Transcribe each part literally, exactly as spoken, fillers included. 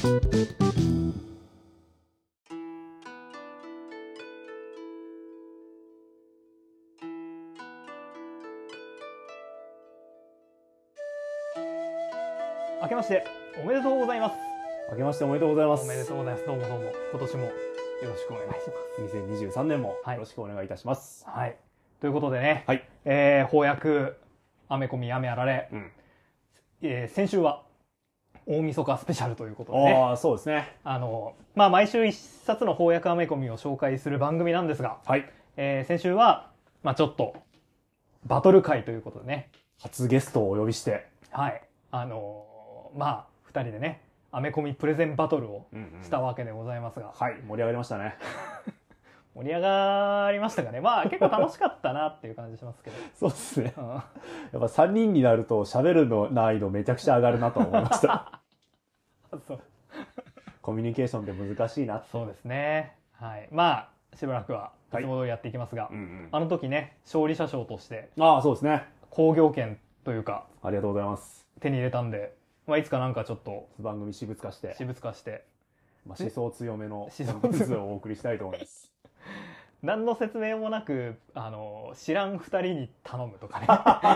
明けましておめでとうございます。 明けましておめでとうございます。 おめでとうございます。どうもどうも今年もよろしくお願いします。 にせんにじゅうさんねんもよろしくお願いいたします。 はい。ということでね、 はい、 えー、翻訳アメコミ雨あられ、うんえー、先週は大晦日スペシャルということでね。 ああ、そうですね。 あのまあ毎週一冊の翻訳アメコミを紹介する番組なんですが、 はい。 えー、先週はまあちょっとバトル会ということでね。 初ゲストをお呼びして、 はい。あのー、まあふたりでね。アメコミプレゼンバトルをしたわけでございますが、 うんうん、はい、盛り上がりましたね。 盛り上がりましたかね。まあ結構楽しかったなっていう感じしますけど。 そうですね、うん、やっぱさんにんになると喋るの難易度めちゃくちゃ上がるなと思いましたそうコミュニケーションって難しいなって。 そうですね。はい。まあしばらくはいつも通りやっていきますが、はいうんうん、あの時ね勝利者賞としてああそうですね興行権というかありがとうございます手に入れたんで、まあ、いつかなんかちょっと番組私物化して私物化して、 まあ、思想強めの本日をお送りしたいと思います何の説明もなくあの知らんふたりに頼むとかね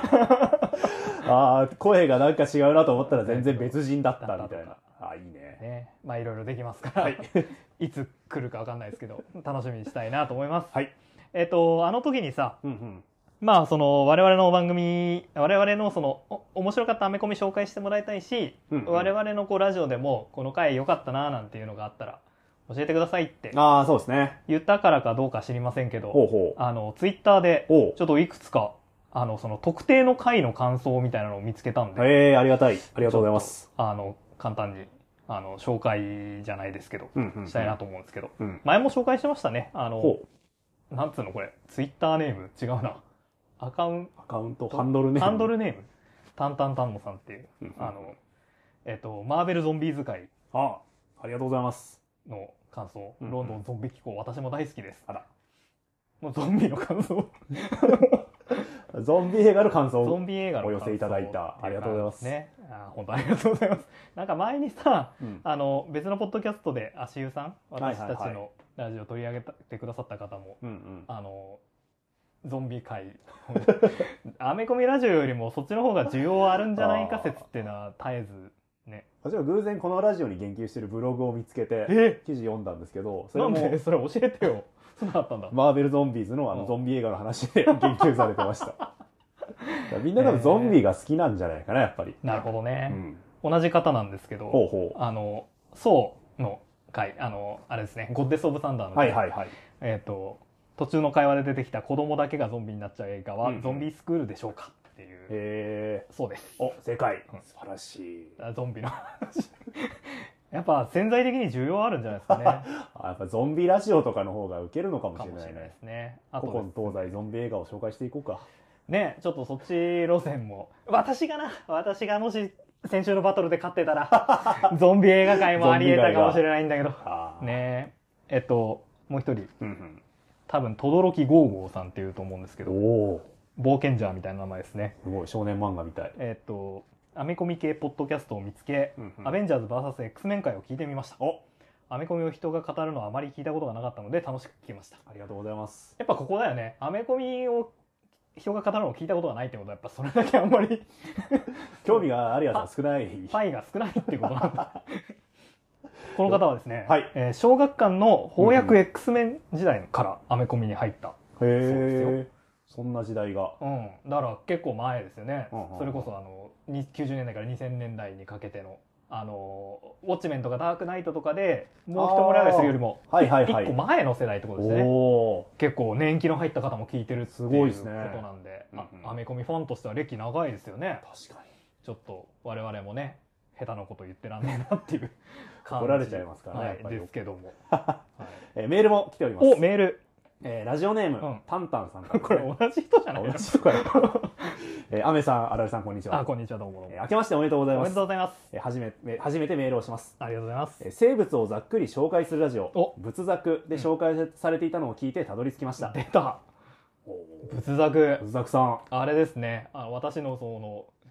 ああ声がなんか違うなと思ったら全然別人だったみたいな。ああいいね。 ねまあいろいろできますから、はい、いつ来るか分かんないですけど楽しみにしたいなと思います。はいえっとあの時にさ、うんうんまあその我々の番組我々のそのお面白かったアメコミ紹介してもらいたいし、うんうん、我々のこうラジオでもこの回良かったななんていうのがあったら教えてくださいってああそうですね言ったからかどうか知りませんけど、ほうほうあのツイッターでちょっといくつかあのその特定の回の感想みたいなのを見つけたんで、 えー、ありがたいありがとうございます。 あの簡単にあの紹介じゃないですけど、うんうんうん、したいなと思うんですけど、うん、前も紹介してましたね。あのなんつうのこれツイッターネーム違うな。アカウンアカウントハンドルネームハンドルネームタンタンタンモさんっていう、うん、あのえっとマーベルゾンビーズ会あありがとうございますの感想、うんうん、ロンドンゾンビ機構私も大好きです。あらもうゾンビの感想ゾンビ映画の感想をゾンビ映画のお寄せいただいたありがとうございますね。あ本当ありがとうございます。なんか前にさ、うん、あの別のポッドキャストで足湯さん私たちのラジオ取り上げてくださった方も、はいはいはい、あのゾンビ界アメコミラジオよりもそっちの方が需要あるんじゃないか説っていうのは絶えずね。 私は偶然このラジオに言及してるブログを見つけて記事読んだんですけど、 それもなんでそれ教えてよ。そうだったんだ。 マーベルゾンビーズのあのゾンビ映画の話で言及されてましたみんな多分ゾンビが好きなんじゃないかなやっぱり。 なるほどね、うん、同じ方なんですけどほうほうあのソーの回あのあれですねゴッデス・オブ・サンダーの回、はいはいはい、えっ、ー、と途中の会話で出てきた子供だけがゾンビになっちゃう映画は、うんうん、ゾンビスクールでしょうかっていう。 へーそうです。 お正解、うん、素晴らしい。 ゾンビの話やっぱ潜在的に需要あるんじゃないですかねやっぱゾンビラジオとかの方がウケるのかもしれないね。かもしれないですね。 あと古今東西ゾンビ映画を紹介していこうかね。ちょっとそっち路線も私がな私がもし先週のバトルで勝ってたらゾンビ映画界もあり得たかもしれないんだけどね。えっともう一人、うんうん多分轟ゴーゴーさんっていうと思うんですけど、冒険者みたいな名前ですね。 すごい少年漫画みたい。 えっとアメコミ系ポッドキャストを見つけ、うんうん、アベンジャーズ ブイエスエックス メン会を聞いてみました。おアメコミを人が語るのはあまり聞いたことがなかったので楽しく聞きました。 ありがとうございます。 やっぱここだよね。アメコミを人が語るのを聞いたことがないってことはやっぱそれだけあんまり興味があるやつは少ない。 パイが少ないってことなんだこの方はですね、はいえー、小学館の翻訳 X メン時代からアメコミに入った、 うん、へえ そ, そんな時代が、 うん、だから結構前ですよね、うんうん、それこそあのきゅうじゅうねんだいからにせんねんだいにかけてのあのウォッチメンとかダークナイトとかでもう一盛り上がりするよりもいっこまえの世代ってことですね。結構年季の入った方も聞いてるっていうことなんで、うんうん、アメコミファンとしては歴長いですよね。 確かにちょっと我々もね下手なこと言ってらんねえなっていう感じ怒られちゃいますからね、はい、 やっぱりですけども、 はい、えー、メールも来ております。 おメール、 えー、ラジオネーム、うん、タンタンさんから、ね、 これ同じ人じゃないの？ 同じ人からえー、アメさん、あられさん、こんにちは。 あ、こんにちは、どうもどうも。 えー、明けましておめでとうございます。 おめでとうございます。 えー、初め、初めてメールをします。 ありがとうございます。 えー、生物をざっくり紹介するラジオ、仏作で紹介されていたのを聞いてたどり着きました。 出た。仏作。 仏作さん。 あれですね。あの私のその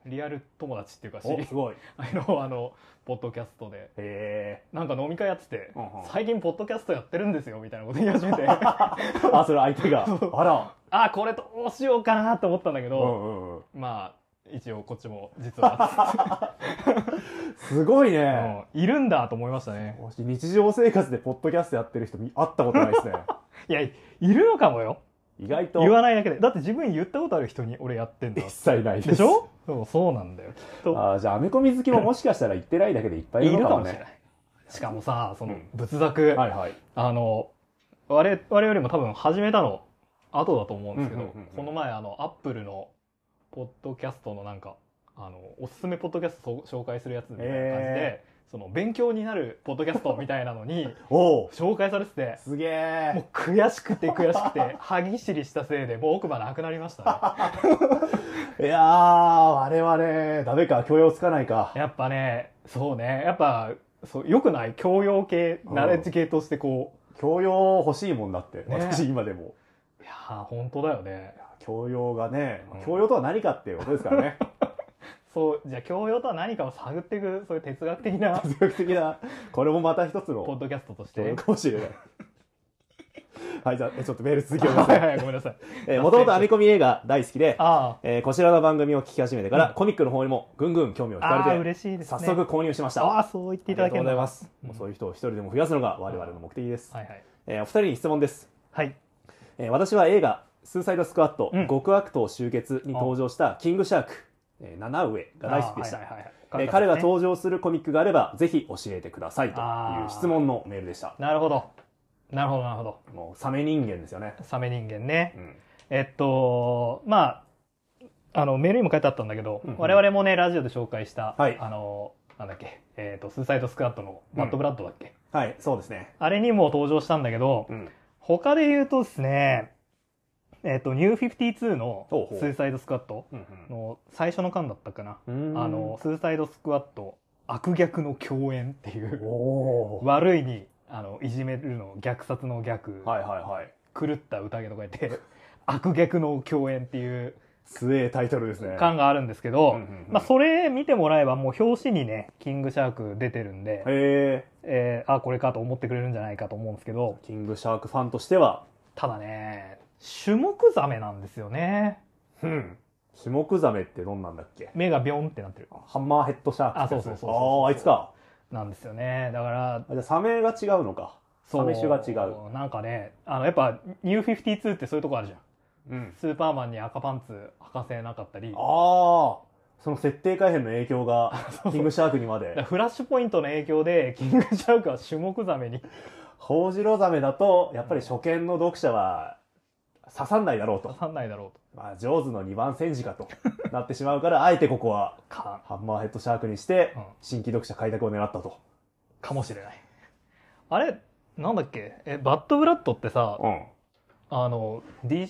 リアル友達っていうか知おりすごい。 あのあのポッドキャストでへなんか飲み会やってて、 うんうん最近ポッドキャストやってるんですよみたいなこと言い始めてえ。あ、それ相手が。あら。 あこれどうしようかなと思ったんだけど、 うんうんうん。 まあ一応こっちも実は、 すごいね。 うん、いるんだと思いましたね。 日常生活でポッドキャストやってる人見会ったことないですね。 いやいるのかもよ。 意外と言わないだけで。だって自分言ったことある人に俺やってんだ一切ないです。 でしょ。そうそうなんだよきっと。 あ、じゃあアメコミ好きももしかしたら言ってないだけでいっぱいいるのかもね。 いるかもしれない。しかもさそのうん仏作、 はいはい。 あの我々よりも多分始めたの後だと思うんですけど、 うんうんうんうんこの前あのアップルのポッドキャストのなんかあのおすすめポッドキャストを紹介するやつみたいな感じで、 へその勉強になるポッドキャストみたいなのにおお、 紹介されてて、 すげえ。 もう悔しくて悔しくて歯ぎしりしたせいでもう奥歯なくなりましたね。 いやー、我々、ダメか、教養つかないか。 やっぱねそうねやっぱそうよくない教養系うんナレッジ系としてこ教養欲しいもんだって、 ね私今でも。 ういやー本当だよね。 教養がね、 うん教養とは何かっていうことですからね。 そうじゃあ教養とは何かを探っていくそういう哲学的な哲学的な、これもまた一つのポッドキャストとし教養て。 かもしれない。はい、じゃあ、ちょっとメール続きをください。 はいはいごめんなさい。 えー、もともと編み込み映画大好きで、 あえーこちらの番組を聞き始めてから、 うんコミックの方にもぐんぐん興味をあああ惹かれて、 嬉しいですね。 早速購入しました。 ああそう言っていただけるのありがとうございます。 うんもうそういう人を一人でも増やすのが我々の目的です。 はいはいえーお二人に質問です。 はいえー私は映画、スーサイドスクワット、 うん極悪党集結に登場したキングシャーク、えー、七上が大好きでした。 あーはいはいはいえー彼が登場するコミックがあれば、ぜひ教えてくださいという質問のメールでした。 なるほどなるほどなるほど。 もうサメ人間ですよね。 サメ人間ね。 うんえっとまああのメールにも書いてあったんだけど、 うんうん我々もねラジオで紹介した、 はいあのなんだっけ、えっとスーサイドスクワットのバッドブラッドだっけ、 はい、そうですね。 あれにも登場したんだけど、 うん。 他で言うとですね、えっとニューフィフティーツーのほうほうスーサイドスクワットうんの最初の巻だったかな、 うん。 あのスーサイドスクワット悪逆の共演っていうおー。 悪いにあのいじめるの虐殺の逆、 はいはいはい。 狂った宴とか言って悪逆の共演っていうすえタイトルですね。 感があるんですけど、 うんうんうんまあ、それ見てもらえばもう表紙にねキングシャーク出てるんで、 へえー、あこれかと思ってくれるんじゃないかと思うんですけど、 ー。キングシャークファンとしては、 ただねシュモクザメなんですよね。 うん。シュモクザメってどんなんだっけ？ 目がビョンってなってるハンマーヘッドシャークってやつ。 あそうそうそうそうああ、あいつか。 なんですよね。だからあじゃあサメが違うのか。サメ種が違う。 なんかねあのやっぱニューフィフティーツーってそういうとこあるじゃん。 うん。 スーパーマンに赤パンツ履かせなかったり、 ああ、その設定改変の影響がキングシャークにまで。 フラッシュポイントの影響でキングシャークはシュモクザメにホウジロザメだと、やっぱり初見の読者は刺さんないだろうと。 刺さんないだろうまあ、ジョーズのにばん戦時かとなってしまうから、あえてここはとかハンマーヘッドシャークにしてうん、 新規読者開拓を狙ったと。 かもしれない。あれなんだっけえバッドブラッドってさ、 うん。 あの D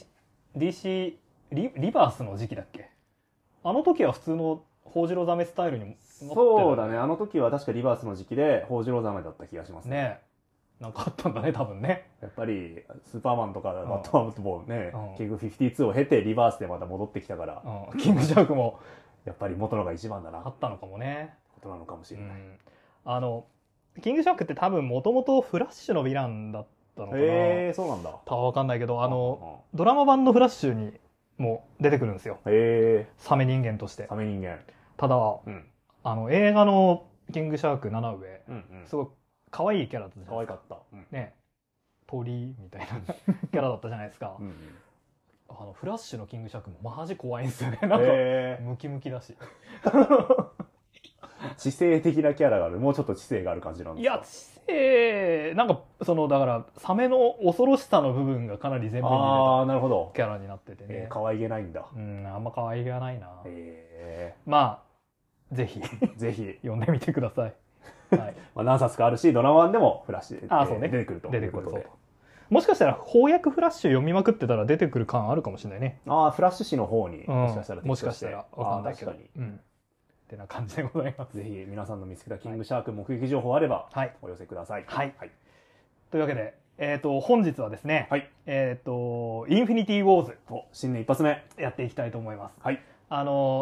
DC リリバースの時期だっけ？あの時は普通のホウジロザメスタイルにもそうだね。あの時は確かリバースの時期で、ホウジロザメだった気がしますね。 ねなんかあったんだね多分ね。 やっぱり、スーパーマンとかバットマンともね、 うんキングフィフティーツーを経てリバースでまた戻ってきたから、 うん、キングシャークもやっぱり元のが一番だな、こあったのかもね。 となのかもしれない。 うん、あのキングシャークって多分もともとフラッシュのヴィランだったのかな。 へえ、そうなんだ。 たわかんないけどあのドラマ版のフラッシュにも出てくるんですよ。 へえ、 サメ人間としてサ。メ人間。 ただうん。 あの映画のキングシャーク七上うんうん。 すごい可愛いキャラだったじゃ可ないですか。 愛かった。うん。 ね鳥みたいなキャラだったじゃないですか。 うんうん、 あのフラッシュのキングシャークもマジ怖いんですよね。なんかへムキムキだし。 ー知性的なキャラがある。もうちょっと知性がある感じなんですか？ いや知性なんかそのだからサメの恐ろしさの部分がかなり全面にああ、 出なるほどた。キャラになっててね。 えー、可愛げないんだ。 うんあんま可愛げがないな。 へまあぜひえ。ぜひ。 読んでみてください。はい。 まあ、何冊かあるし、ドラマ版でもフラッシュで、 あそうね出てくると出いうことで。 てくるそうもしかしたら翻訳フラッシュ読みまくってたら出てくる感あるかもしれないね。 ああ、フラッシュ誌の方に、 うんもしかしたらもしかしたらわかんないけど。 あー確かうん。ってな感じでございます。 に。ぜひ皆さんの見つけたキングシャーク目撃情報あれば、 はい。 お寄せください。 はいはい。 というわけで、えっ、と、本日はですね、 はいえっ、と、インフィニティ・ウォーズお新年一発目。 やっていきたいと思います。 はい。 あの、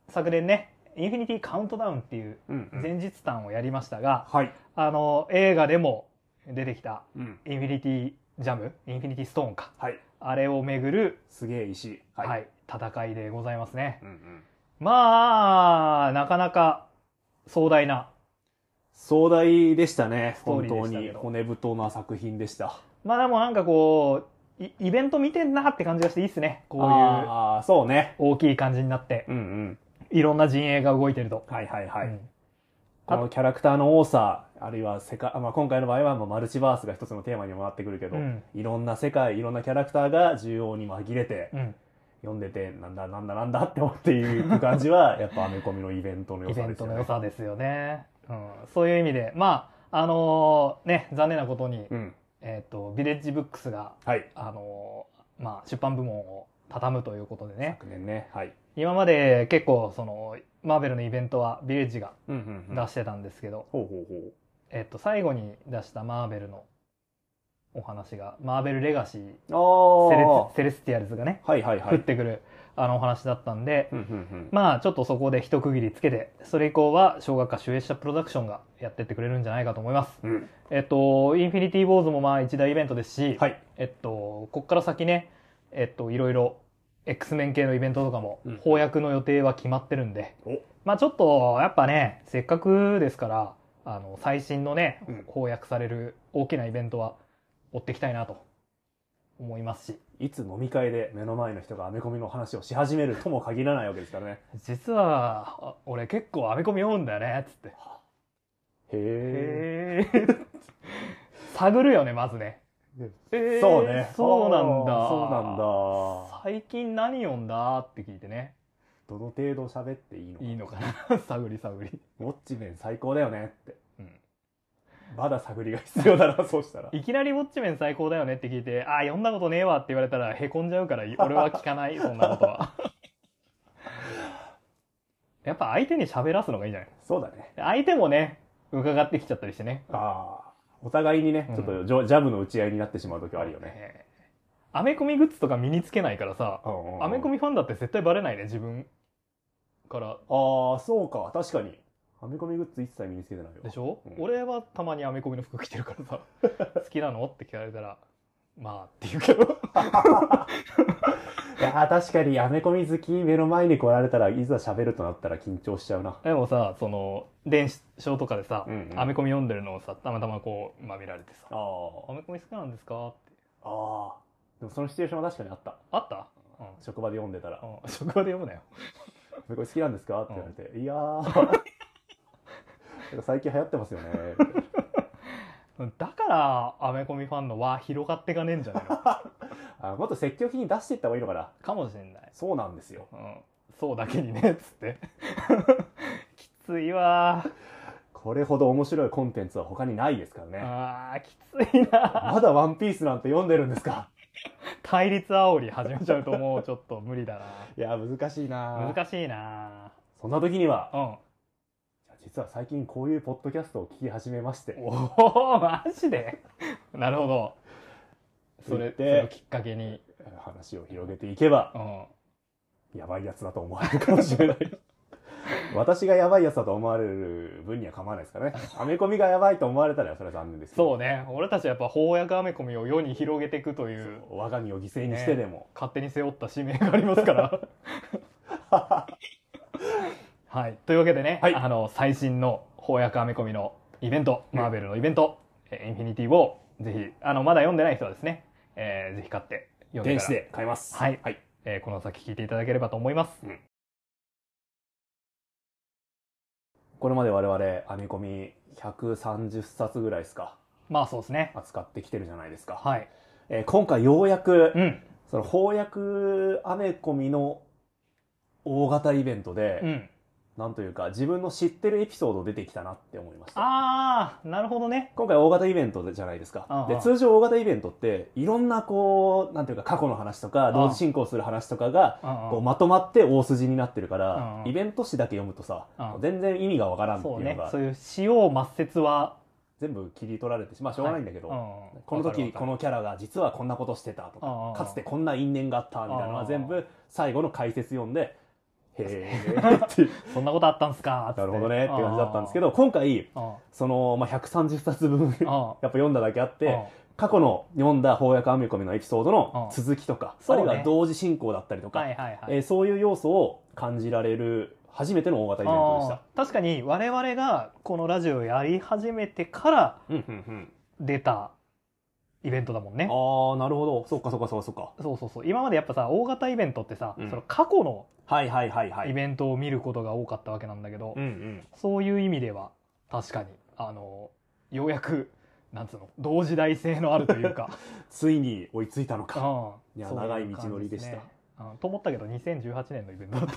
昨年ねインフィニティカウントダウンっていう前日談をやりましたが、 うんうん、 あの映画でも出てきたうん、 インフィニティジャムインフィニティストーンか、 はい、 あれをめぐるすげえ石、 はいはい、戦いでございますね、 うんうん、 まあなかなか壮大な壮大でしたね。 ストーリー本当でしたけど、 に骨太な作品でした。 まあでもなんかこうイイベント見てんなって感じがしていいっすね。こういうああ、そうね、 大きい感じになって、 うんうん、 いろんな陣営が動いてると。 はいはいはい、 うん、 このキャラクターの多さ、あるいは世界、まあ、今回の場合はもうマルチバースが一つのテーマにもなってくるけど、うん、いろんな世界、いろんなキャラクターが需要に紛れて、うん、読んでてなんだなんだなんだって思っていく感じはやっぱアメコミのイベントの良さですよね。イベントの良さですよね。うん、そういう意味でまああのー、ね残念なことに、うん、えっ、ー、とビレッジブックスが、はい、あのー、まあ出版部門を畳むということでね。 昨年ね、はい。 今まで結構そのマーベルのイベントはビレッジが出してたんですけど、えっと最後に出したマーベルのお話がマーベルレガシー、セレ、セレスティアルズがね、はいはいはい、降ってくるあのお話だったんで、うんうんうん、まあちょっとそこで一区切りつけて、それ以降は小学科集英社プロダクションがやってってくれるんじゃないかと思います。うん、えっとインフィニティ・ウォーズもまあ一大イベントですし、はい、えっとこっから先ね、えっといろいろ X メン系のイベントとかも翻訳の予定は決まってるんで、うん、まあちょっとやっぱねせっかくですからあの最新のね、うん、翻訳される大きなイベントは追っていきたいなと思いますし、 いつ飲み会で目の前の人がアメコミの話をし始めるとも限らないわけですからね。 実は俺結構アメコミ読むんだよねっつって、 へえ探るよねまずね。 えー、そうね。 そうなんだ。 そうなんだ。 最近何読んだって聞いてね。 どの程度喋っていいのかいいのかな探り探り。 ウォッチメン最高だよねって。うん。まだ探りが必要だなそうしたら。 いきなりウォッチメン最高だよねって聞いて、ああ読んだことねえわって言われたらへこんじゃうから俺は聞かないそんなことは。やっぱ相手に喋らすのがいいんじゃない？ そうだね。 相手もね伺ってきちゃったりしてね。 ああ。お互いにね、ちょっとジャブの打ち合いになってしまう時はあるよね。 うん、アメコミグッズとか身につけないからさ、うんうんうん、アメコミファンだって絶対バレないね、自分から。ああ、そうか、確かに。アメコミグッズ一切身につけてないよ。 でしょ、うん、俺はたまにアメコミの服着てるからさ、好きなのって聞かれたら、まあって言うけど。 いや確かにアメコミ好き目の前に来られたらいざ喋るとなったら緊張しちゃうな。 でもさその電子書とかでさ、うんうん、アメコミ読んでるのをさたまたまこう、まあ、見られてさ「あアメコミ好きなんですか?」って。 ああでもそのシチュエーションは確かにあった。 あった、 うん、職場で読んでたら、 うん、職場で読むなよアメコミ好きなんですかって言われて、うん、いやー最近流行ってますよねだからアメコミファンの輪広がってかねえんじゃねえのあもっと積極的に出していった方がいいのかな。 かもしれない。 そうなんですよ、 うん、そうだけにねっつってきついわ。 これほど面白いコンテンツは他にないですからね。 あーきついな。 まだワンピースなんて読んでるんですか対立煽り始めちゃうともうちょっと無理だな。 いや難しいな。 難しいな。 そんな時には、うん実は最近こういうポッドキャストを聞き始めまして。 おおマジでなるほど。それできっかけに話を広げていけば、うん、やばいやつだと思われるかもしれない私がやばいやつだと思われる分には構わないですからね。アメコミがやばいと思われたらそれは残念ですけど。 そうね俺たちはやっぱ翻訳アメコミを世に広げていくという我が身を犠牲にしてでも、ね、 勝手に背負った使命がありますからはい、というわけでね、はい、あの最新の翻訳アメコミのイベント、マーベルのイベント、うん、インフィニティをぜひあのまだ読んでない人はですね、えー、ぜひ買って読んでから電子で買います。 はい、はいえー、この先聞いていただければと思います。うん、 これまで我々アメコミひゃくさんじゅっさつぐらいですか。 まあそうですね。 扱ってきてるじゃないですか。 はい。 えー、今回ようやく、うん、その翻訳アメコミの大型イベントで。うんなんというか自分の知ってるエピソード出てきたなって思いました。 ああなるほどね。 今回大型イベントじゃないですか。ああで通常大型イベントっていろんなこうなんていうか過去の話とか同時進行する話とかがこうまとまって大筋になってるからイベント誌だけ読むとさ全然意味がわからんっていうのがそうね。そういう塩抹殺は全部切り取られてしまあしょうがないんだけど、はい、この時このキャラが実はこんなことしてたとかかつてこんな因縁があったみたいなのは全部最後の解説読んでへーそんなことあったんすか。 なるほどねって感じだったんですけど、今回その、まあ、ひゃくさんじゅっさつぶんやっぱ読んだだけあって過去の読んだ翻訳編み込みのエピソードの続きとか、あるいは同時進行だったりとか、そういう要素を感じられる初めての大型イベントでした。 確かに我々がこのラジオをやり始めてから出たイベントだもんね。 ああ、なるほど。そっかそっかそっかそっか。 そうそうそう。今までやっぱさ、大型イベントってさ、うん、その過去のイベントを見ることが多かったわけなんだけど、うんうん、そういう意味では確かにあのようやくなんつうの同時代性のあるというかついに追いついたのか。うん、いや長い道のりでした。 うん、と思ったけどにせんじゅうはちねんのイベントだった。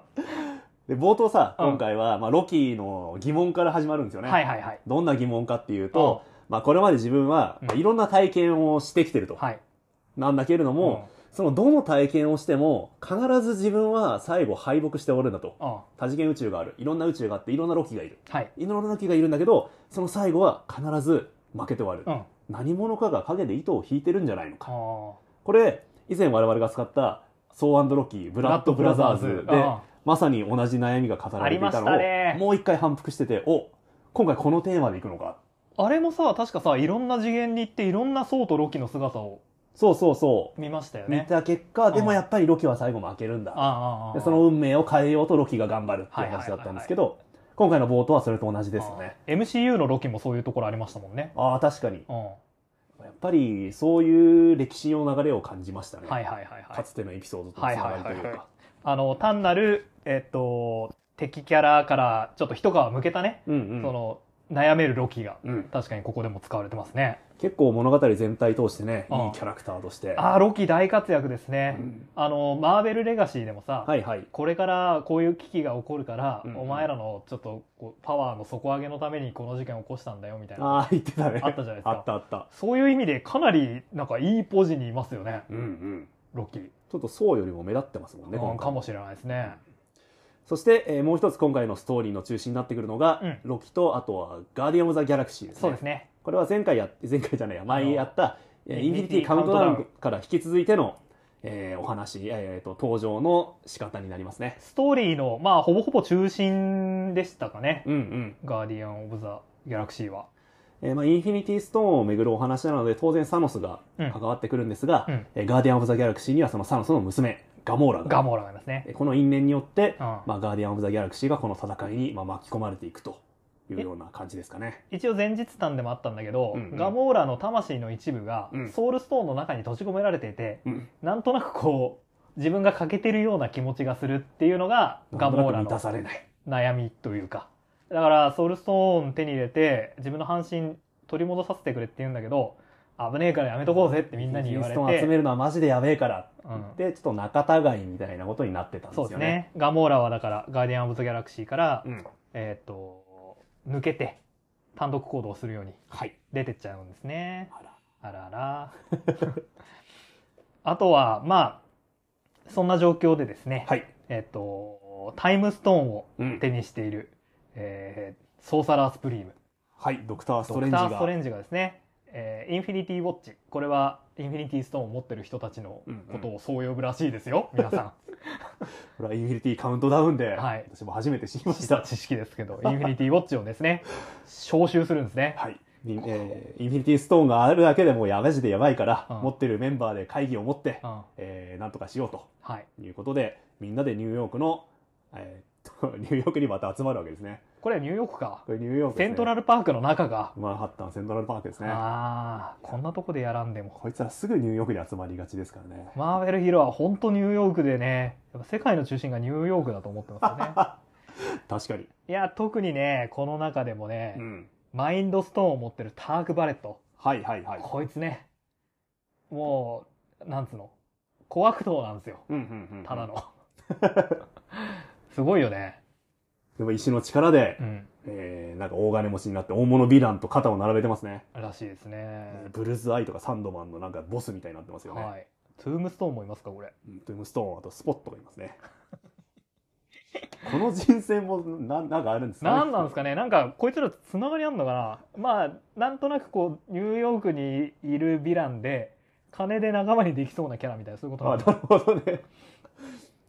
で冒頭さ、今回は、まあ、ロキの疑問から始まるんですよね。はいはいはい、どんな疑問かっていうと、まあ、これまで自分は、まあ、いろんな体験をしてきてると。はい、なんだけれども、うん、そのどの体験をしても必ず自分は最後敗北して終わるんだと。うん、多次元宇宙がある。いろんな宇宙があっていろんなロキがいる。はい、いろんなロキがいるんだけど、その最後は必ず負けて終わる。うん、何者かが影で糸を引いてるんじゃないのか。これ、以前我々が使ったソー&ロキ、ブラッドブラザーズで、まさに同じ悩みが語られていたのを、もう一回反復してて、お、今回このテーマでいくのか。 あれもさ、確かさ、いろんな次元に行っていろんなソーとロキの姿をそうそうそう見ましたよね。 見た結果、でもやっぱりロキは最後負けるんだ。でその運命を変えようとロキが頑張るっていう話だったんですけど、今回の冒頭はそれと同じですよね。 エムシーユー のロキもそういうところありましたもんね。 ああ、確かに。やっぱりそういう歴史の流れを感じましたね。はいはいはいはい。かつてのエピソードとつながりというか。 あの、単なる、えっと、敵キャラからちょっと一皮むけたね、うんうん、その、悩めるロキが、うん、確かにここでも使われてますね。 結構物語全体通してね、いいキャラクターとして。 ああ、ロキ大活躍ですね。うん、あの、マーベルレガシーでもさ、はいはい、これからこういう危機が起こるから、うんうん、お前らのちょっとこうパワーの底上げのためにこの事件を起こしたんだよみたいな。 ああ、言ってたね。 あったじゃないですか。 あったあった。 そういう意味でかなりなんかいいポジにいますよね。うんうん。ロキ。 ちょっとソウよりも目立ってますもんね。 うん、かもしれないですね。 そして、えー、もう一つ今回のストーリーの中心になってくるのが、うん、ロキとあとはガーディアン・オブ・ザ・ギャラクシーですね。 そうですね。 これは前回や前回じゃないや前やったインフィニティカウントダウンから引き続いての、えー、お話、えー、と登場の仕方になりますね。 ストーリーのまあほぼほぼ中心でしたかね。うんうん。ガーディアン・オブ・ザ・ギャラクシーは。 えーまあ、インフィニティストーンをめぐるお話なので当然サノスが関わってくるんですが、うんうん、ガーディアン・オブ・ザ・ギャラクシーにはそのサノスの娘ガモーラがガモーラがいますね。 この因縁によって、うんまあ、ガーディアン・オブ・ザ・ギャラクシーがこの戦いに、まあ、巻き込まれていくというような感じですかね。 一応前日談でもあったんだけど、うんうん、ガモーラの魂の一部がソウルストーンの中に閉じ込められていて、うん、なんとなくこう自分が欠けてるような気持ちがするっていうのがガモーラの悩みというか、だからソウルストーン手に入れて自分の半身取り戻させてくれって言うんだけど、危ねえからやめとこうぜってみんなに言われて、 インストン集めるのはマジでやべえからって言って、うん、ちょっと仲違いみたいなことになってたんですよね。そうですね。 ガモーラはだからガーディアン・オブ・ザ・ギャラクシーから、うん、えっと抜けて単独行動をするように出てっちゃうんですね。はい、あらあらあとはまあそんな状況でですね、はい、えっとタイムストーンを手にしている、うんえー、ソーサラー・スプリーム、 はい、ドクター・ストレンジがドクター・ストレンジがですね、えー、インフィニティ・ウォッチ、これはインフィニティ・ストーンを持ってる人たちのことをそう呼ぶらしいですよ、うんうん、皆さんこれはインフィニティカウントダウンで、はい、私も初めて知りました知識ですけどインフィニティ・ウォッチをですね招集するんですね。はい、 えー、インフィニティ・ストーンがあるだけでもやマジでやばいから、うん、持ってるメンバーで会議を持って、うんえー、なんとかしようと、はい、いうことでみんなでニューヨークの、えー、ニューヨークにまた集まるわけですね。 これニューヨークか。 これニューヨークですね。 セントラルパークの中が。 マンハッタンセントラルパークですね。 ああ、こんなとこでやらんでも。 こいつらすぐニューヨークに集まりがちですからね。 マーベルヒーローは本当ニューヨークでね、やっぱ世界の中心がニューヨークだと思ってますよね。 確かに。 いや、特にね、この中でもね、うん、マインドストーンを持ってるターク・バレット。はいはいはい。こいつね、もう、なんつうの、小悪党なんですよ。うんうんうんうん、ただの。すごいよね。 でも石の力で、うんえー、なんか大金持ちになって大物ヴィランと肩を並べてますね。 らしいですね。 ブルーズアイとかサンドマンのなんかボスみたいになってますよね。はい。 トゥームストーンもいますかこれ。 うん、トゥームストーンあとスポットがいますね。この人選もななんかあるんですかね。 なんなんですかね。なんかこいつらつながりあんのかな。まあなんとなくこうニューヨークにいるヴィランで金で仲間にできそうなキャラみたいなそういうことなんです。 あ、なるほどね。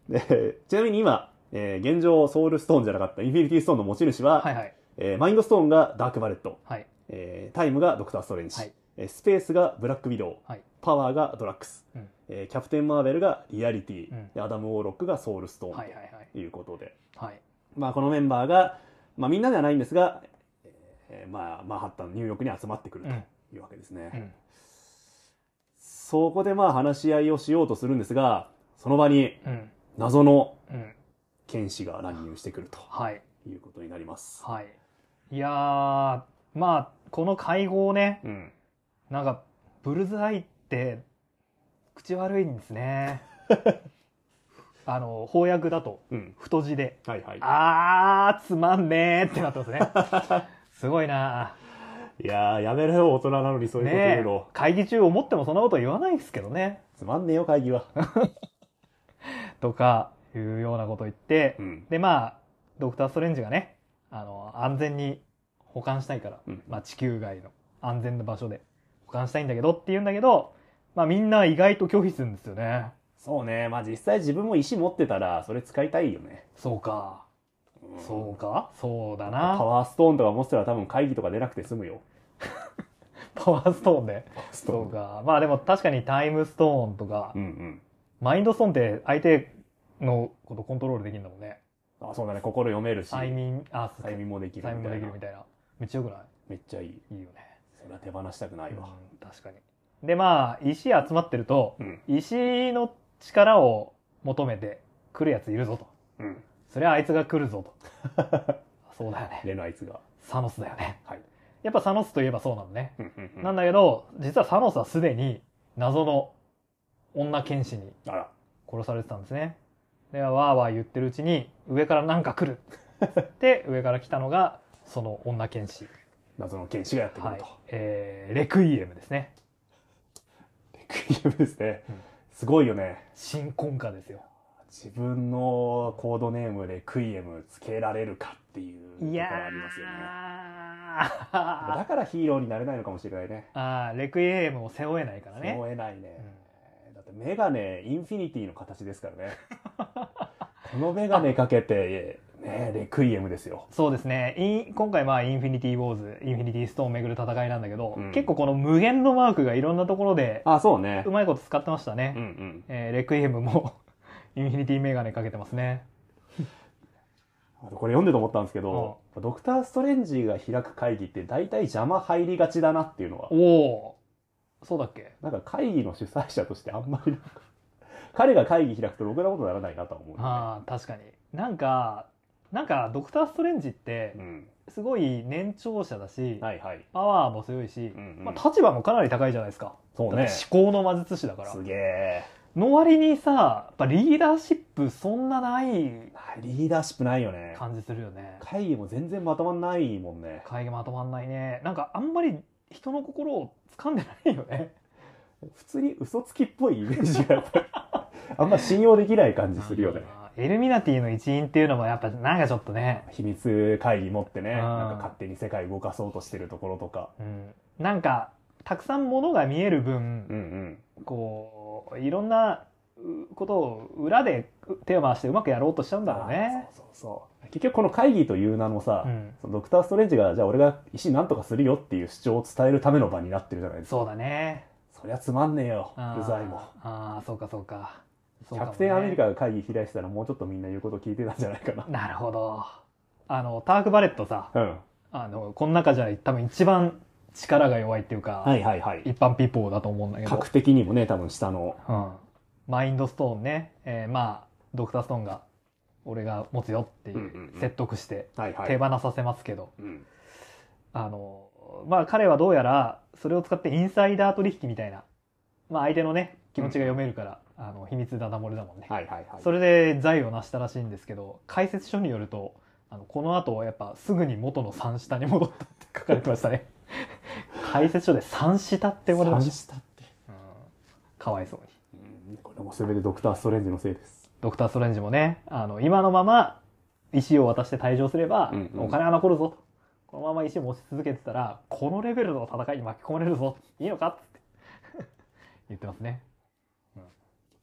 でちなみに今、えー、現状ソウルストーンじゃなかったインフィニティストーンの持ち主は、 はいはい、 えー、マインドストーンがダークバレット、 はい、 えー、タイムがドクター・ストレンジ、はい、 えスペースがブラック・ウィドウ、はい、パワーがドラックス、うんえー、キャプテン・マーベルがリアリティ、うん、でアダム・ウォーロックがソウルストーンということで、はいはいはい、まあ、このメンバーが、まあ、みんなではないんですが、えーまあ、マンハッタンニューヨークに集まってくるというわけですね、うんうん、そこでまあ話し合いをしようとするんですが、その場に謎の剣士が乱入してくると、はい、いうことになります、 はい、いやーまあこの会合ね、うん、なんかブルズアイって口悪いんですねあの翻訳だと太字で、うんはいはい、あーつまんねーってなってますねすごいないやーやめろよ大人なのにそういうこと言うの、 ね、会議中思ってもそんなこと言わないですけどね、 つまんねえよ会議はとかいうようなこと言って、うん、でまあドクター・ストレンジがねあの安全に保管したいから、うんまあ、地球外の安全な場所で保管したいんだけどって言うんだけど、まあ、みんな意外と拒否するんですよね。 そうね、まあ実際自分も石持ってたらそれ使いたいよね。 そうか、うん、そうかそうだな。 パワーストーンとか持ってたら多分会議とか出なくて済むよパワーストーンでそうか、まあでも確かにタイムストーンとか、うんうん、マインドストーンって相手のことコントロールできるんだもんね。 あ、そうだね、心読めるし催眠、あ、 催眠もできるみたいな。 催眠もできるみたいな。めっちゃよくない？ めっちゃいい。 いいよね。 それは手放したくないわ。 うん、確かに。で、まあ、石集まってると、うん、石の力を求めて来るやついるぞと。うん。そりゃあいつが来るぞと。そうだよね。 例のあいつが。 サノスだよね。はい。やっぱサノスといえばそうなのね。なんだけど、実はサノスはすでに謎の女剣士に殺されてたんですね。でわーわー言ってるうちに上からなんか来るで上から来たのがその女剣士、 謎の剣士がやってくると、 はいえー、レクイエムですね。 レクイエムですね、うん、すごいよね。 新婚歌ですよ。 自分のコードネームレクイエムつけられるかっていうところありますよね。だからヒーローになれないのかもしれないね。 ああ、レクイエムを背負えないからね。 背負えないね、うん、だってメガネインフィニティの形ですからねこのメガネかけて、ね、レクイエムですよ。 そうですね。今回まあインフィニティウォーズ、インフィニティストーンをめぐる戦いなんだけど、うん、結構この無限のマークがいろんなところであそうね、 うまいこと使ってましたね。うんうんえー、レクイエムもインフィニティメガネかけてますね。 あとこれ読んでと思ったんですけど、うん、ドクター・ストレンジが開く会議って大体邪魔入りがちだなっていうのは。 おお、そうだっけ？ なんか会議の主催者としてあんまり彼が会議開くとろくなことにならないなとは思う、ね、 ああ確かに。なんかなんかドクター・ストレンジってすごい年長者だし、うんはいはい、パワーも強いし、うんうんまあ、立場もかなり高いじゃないですか。 そうね。 思考の魔術師だから。 すげえ。 の割にさ、やっぱリーダーシップそんなない。リーダーシップないよね。 感じするよね。 会議も全然まとまんないもんね。 会議まとまんないね。なんかあんまり人の心を掴んでないよね。 普通に嘘つきっぽいイメージがやっぱりあんま信用できない感じするよね。 エルミナティの一員っていうのもやっぱなんかちょっとね、 秘密会議持ってね、なんか勝手に世界動かそうとしてるところとか、 うん、なんかたくさんものが見える分、うんうん、こういろんなことを裏で手を回してうまくやろうとしちゃうんだろうね。 そうそうそう。結局この会議という名のさ、うん、そのドクター・ストレンジがじゃあ俺が石なんとかするよっていう主張を伝えるための場になってるじゃないですか。 そうだね。 そりゃつまんねえよ、うざいもん。 ああそうかそうか。 キャプテンアメリカが会議開いてたらもうちょっとみんな言うこと聞いてたんじゃないかな。 なるほど。あのターク・バレットさ、うん、あのこの中じゃ多分一番力が弱いっていうか、はいはいはい、一般ピーポーだと思うんだけど、 格的にもね多分下の、 うん、マインドストーンね、えー、まあドクターストーンが俺が持つよっていう説得して手放させますけど、うんうんうん、あのまあ彼はどうやらそれを使ってインサイダー取引みたいな、まあ相手のね気持ちが読めるから、うん、あの秘密だだ漏れだもんね、はいはいはい、それで財を成したらしいんですけど、解説書によるとあのこの後やっぱすぐに元の三下に戻ったって書かれてましたね解説書で三下って呼ばれました。 三下って、 うん、かわいそうに、うん、これも全てドクターストレンジのせいです。 ドクターストレンジもね、あの今のまま石を渡して退場すれば、うんうん、お金は残るぞと、このまま石を持ち続けてたらこのレベルの戦いに巻き込まれるぞ、いいのかって言ってますね。 ドク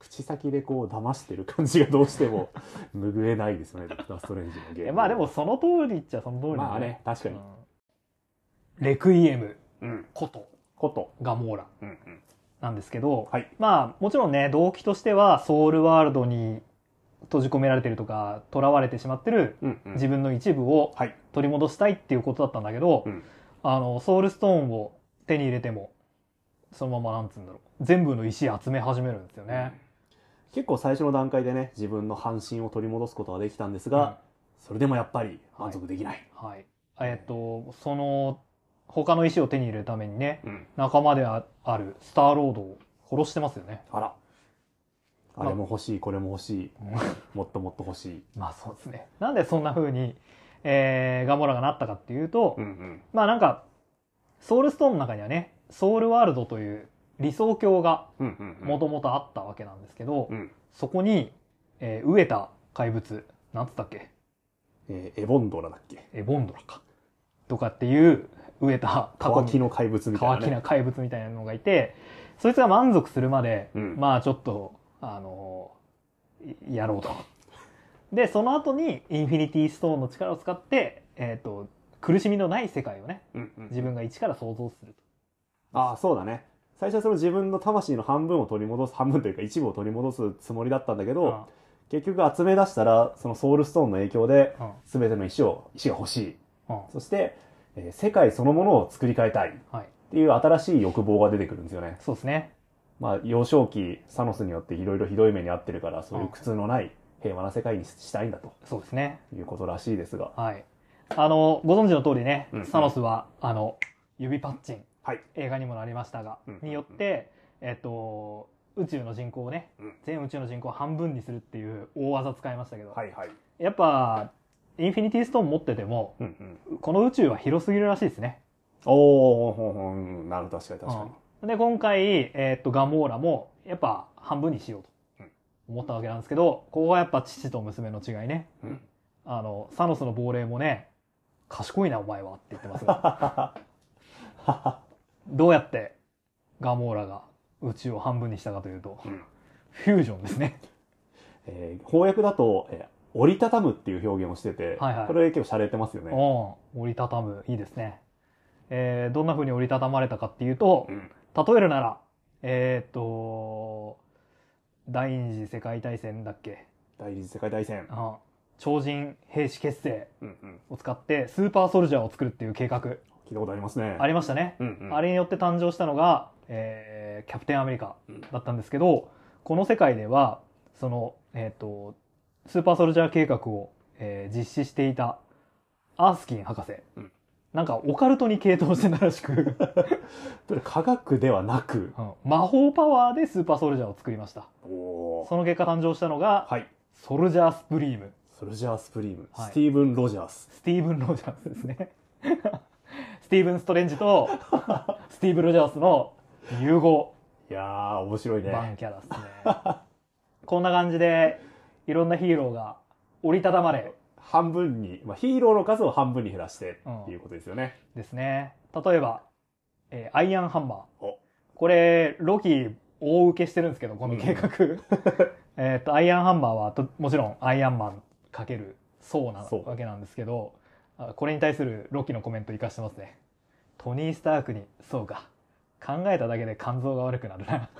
口先でこう騙してる感じがどうしても拭えないですよね、ドクター・ストレンジのゲーム。 まあでもその通りっちゃその通り、ね、 まあね、確かに。うん、 レクイエムこと、 こと、 ガモーラなんですけど、 はい、 まあもちろんね、動機としてはソウルワールドに閉じ込められてるとか、囚われてしまってる自分の一部を取り戻したいっていうことだったんだけど、うんうん、あの、ソウルストーンを手に入れても、そのままなんつうんだろう、全部の石集め始めるんですよね。 うん、結構最初の段階でね、自分の半身を取り戻すことができたんですが、うん、それでもやっぱり満足できない。 はい。はい、えっと、その、他の石を手に入れるためにね、うん、仲間であるスターロードを殺してますよね。 あら。あれも欲しい、これも欲しい。もっともっと欲しい。 まあそうですね。なんでそんな風に、えー、ガモラがなったかっていうと、うんうん、まあなんか、ソウルストーンの中にはね、ソウルワールドという理想郷がもともとあったわけなんですけど、うんうんうん、そこに、えー、飢えた怪物、なんつったっけ、 えー、エボンドラだっけ、 エボンドラか。とかっていう飢えた乾きの怪物みたいな、ね。 乾きな怪物みたいなのがいて、そいつが満足するまで、うん、まあちょっと、あのー、やろうと。で、その後にインフィニティストーンの力を使って、えっと、苦しみのない世界をね、うんうん、自分が一から想像すると。 ああ、そうだね。最初はその自分の魂の半分を取り戻す、半分というか一部を取り戻すつもりだったんだけど、ああ結局集め出したら、そのソウルストーンの影響で、すべての石を、石が欲しい。ああそして、えー、世界そのものを作り変えたい。っていう新しい欲望が出てくるんですよね。 そうですね。 まあ、幼少期、サノスによっていろいろひどい目に遭ってるから、そういう苦痛のない平和な世界にしたいんだと。 そうですね。 いうことらしいですが。 はい。あの、ご存知の通りね、うんうん、サノスは、あの、指パッチン。はい、映画にもなりましたが、うんうんうん、によって、えっと、宇宙の人口をね、うん、全宇宙の人口を半分にするっていう大技使いましたけど、はいはい、やっぱ、インフィニティストーン持ってても、うんうん、この宇宙は広すぎるらしいですね。 おー、なるほど、確かに確かに。 うん、で、今回、えー、っと、ガモーラも、やっぱ半分にしようと思ったわけなんですけど、ここはやっぱ父と娘の違いね。うん、あの、サノスの亡霊もね、賢いなお前はって言ってますが。どうやってガモーラが宇宙を半分にしたかというと、うん、フュージョンですね。 えー、翻訳だと、えー、折りたたむっていう表現をしてて、はいはい、これ結構洒落てますよね。 折りたたむ、いいですね。えー、どんな風に折りたたまれたかっていうと、うん、例えるなら、えー、っと、第二次世界大戦だっけ？ 第二次世界大戦。 ああ、超人兵士結成を使ってスーパーソルジャーを作るっていう計画。 聞いたことありますね。 ありましたね。うんうん、あれによって誕生したのが、えー、キャプテンアメリカだったんですけど、うん、この世界では、その、えっと、スーパーソルジャー計画を、えー、実施していたアースキン博士。うん、なんかオカルトに傾倒してたらしく。 科学ではなく、 うん、魔法パワーでスーパーソルジャーを作りました。おその結果誕生したのが、はい、ソルジャースプリーム。 ソルジャースプリーム。はい、スティーブン・ロジャース。 スティーブン・ロジャースですね。スティーブン・ストレンジとスティーブ・ロジャースの融合。 いやー、面白いね。 バンキャラですね。こんな感じで、いろんなヒーローが折りたたまれ。 半分に、まあ、ヒーローの数を半分に減らしてっていうことですよね。 うん、ですね。例えば、えー、アイアンハンマー。これ、ロキ大受けしてるんですけど、この計画。うん、えっと、アイアンハンマーはと、もちろんアイアンマンかけるそうなわけなんですけど、これに対するロキのコメント活かしてますね。トニー・スタークに、そうか。考えただけで肝臓が悪くなるな。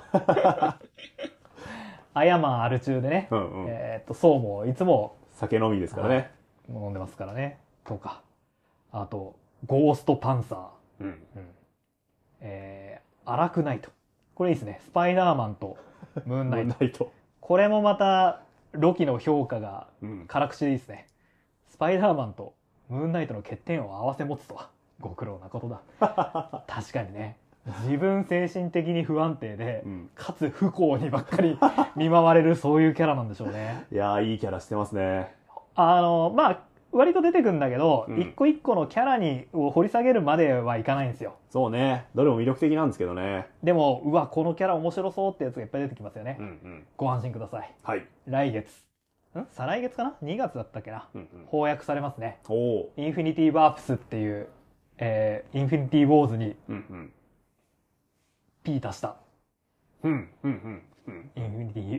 アイアンマンアル中でね、うんうん、えっと、そうもいつも酒飲みですからね。 飲んでますからね。とか。あと、ゴーストパンサー。うんうん、えー、アラクナイト。これいいですね。スパイダーマンとムーンナイト。ナイトこれもまた、ロキの評価が辛口でいいですね。うん、スパイダーマンとムーンナイトの欠点を合わせ持つとは、ご苦労なことだ。確かにね。自分精神的に不安定で、うん、かつ不幸にばっかり見舞われるそういうキャラなんでしょうね。 いやー、いいキャラしてますね。 あの、まあ、割と出てくるんだけど、うん、一個一個のキャラにを掘り下げるまではいかないんですよ。 そうね。どれも魅力的なんですけどね。 でも、うわ、このキャラ面白そうってやつがいっぱい出てきますよね。うんうん、ご安心ください。はい。来月。ん再来月かな ?に 月だったっけな、うんうん、翻訳されますね。おインフィニティワープスっていう、えー、インフィニティウォーズに、うんうん、P 足した。うんうんうんうん、インフィニティ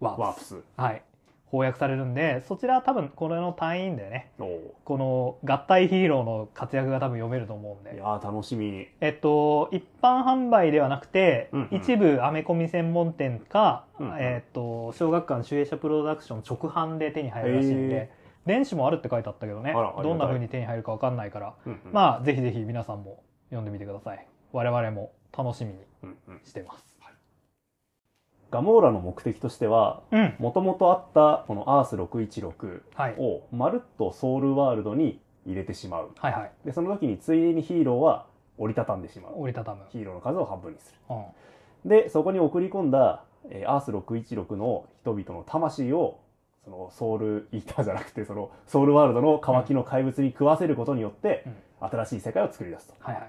ワープス。 ワープス。 はい。翻訳されるんで、そちらは多分これの単位でね、この合体ヒーローの活躍が多分読めると思うんで。 いやー楽しみ。 えっと、一般販売ではなくて、うんうん、一部アメコミ専門店か、うんうん、えっと、小学館集英社プロダクション直販で手に入るらしいんで、電子もあるって書いてあったけどね、どんな風に手に入るか分かんないから、うんうん、まあ、ぜひぜひ皆さんも読んでみてください。我々も楽しみにしてます。うんうん、 ガモーラの目的としては、もともとあったこのアースろくいちろくをまるっとソウルワールドに入れてしまう。はいはい、で、その時についでにヒーローは折りたたんでしまう。 折りたたむ。 ヒーローの数を半分にする。うん、で、そこに送り込んだ、えー、アースろくいちろくの人々の魂を、そのソウルイーターじゃなくて、そのソウルワールドの渇きの怪物に食わせることによって、うん、新しい世界を作り出すと、はいはい、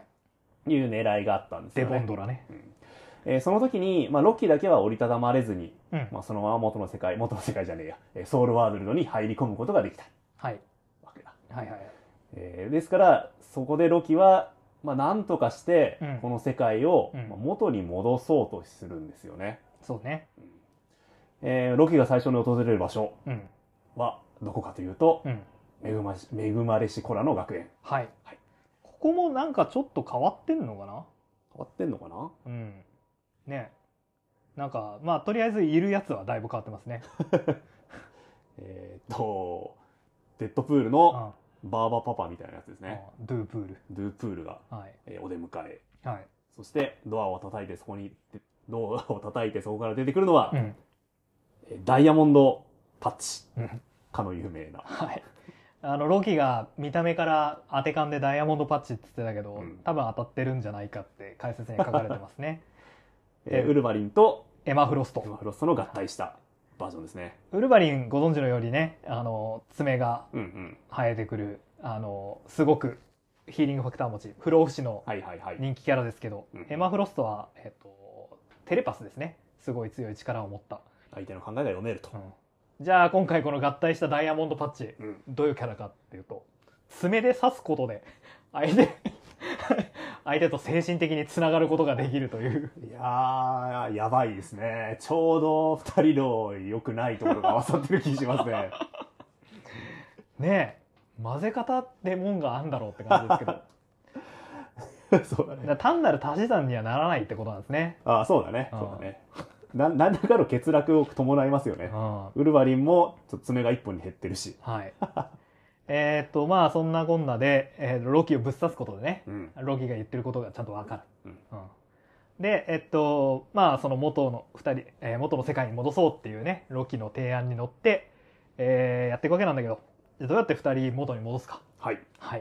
いう狙いがあったんですよね。 デボンドラね。うん、 えー、その時に、まあ、ロキだけは折りたたまれずに、うん、まあ、そのまま元の世界、元の世界じゃねえや、ソウルワールドに入り込むことができた。はい。わけだ。はいはい。えー、ですから、そこでロキは、まあ、なんとかして、この世界を元に戻そうとするんですよね。 うん、そうね。うん、 えー、ロキが最初に訪れる場所はどこかというと、うん、恵まし、恵まれし子らの学園。はい。はい。 ここもなんかちょっと変わってんのかな？ 変わってんのかな？ うん。ね。なんか、まあ、とりあえずいるやつはだいぶ変わってますね。 えっと、デッドプールのバーバパパみたいなやつですね。 うん、ドゥープール。 ドゥープールが、はい、えー、お出迎え。はい。そしてドアを叩いてそこに、ドアを叩いてそこから出てくるのは、うん、ダイヤモンドパッチ。かの有名な。 はい。あの、ロキが見た目から当て勘でダイヤモンドパッチって言ってたけど、うん、多分当たってるんじゃないかって解説に書かれてますね。 えー、ウルヴァリンとエマ・フロスト。 エマ・フロストの合体したバージョンですね。 ウルヴァリンご存知のようにね、あの、爪が生えてくる、うんうん、あの、すごくヒーリングファクター持ち、不老不死の人気キャラですけど、はいはいはい、エマ・フロストは、えっと、テレパスですね。すごい強い力を持った。 相手の考えが読めると。うん、 じゃあ今回この合体したダイヤモンドパッチ、うん、どういうキャラかっていうと、爪で刺すことで相手相手と精神的につながることができるという。 いやー、やばいですね。ちょうどふたりの良くないところが合わさってる気しますね。 ねえ、混ぜ方ってもんがあんだろうって感じですけど。そうだね。だ単なる足し算にはならないってことなんですね。 ああ、そうだね。そうだね。な何らかの欠落を伴いますよね。ウルヴァリンもちょっと爪がいっぽんに減ってるし。はい。 えっと、まあそんなこんなで、えー、ロキをぶっ刺すことでね、うん、ロキが言ってることがちゃんとわかる。うんうん、で、えっと、まあその元の二人、えー、元の世界に戻そうっていうね、ロキの提案に乗って、えー、やっていくわけなんだけど、どうやって二人元に戻すか。はい。はい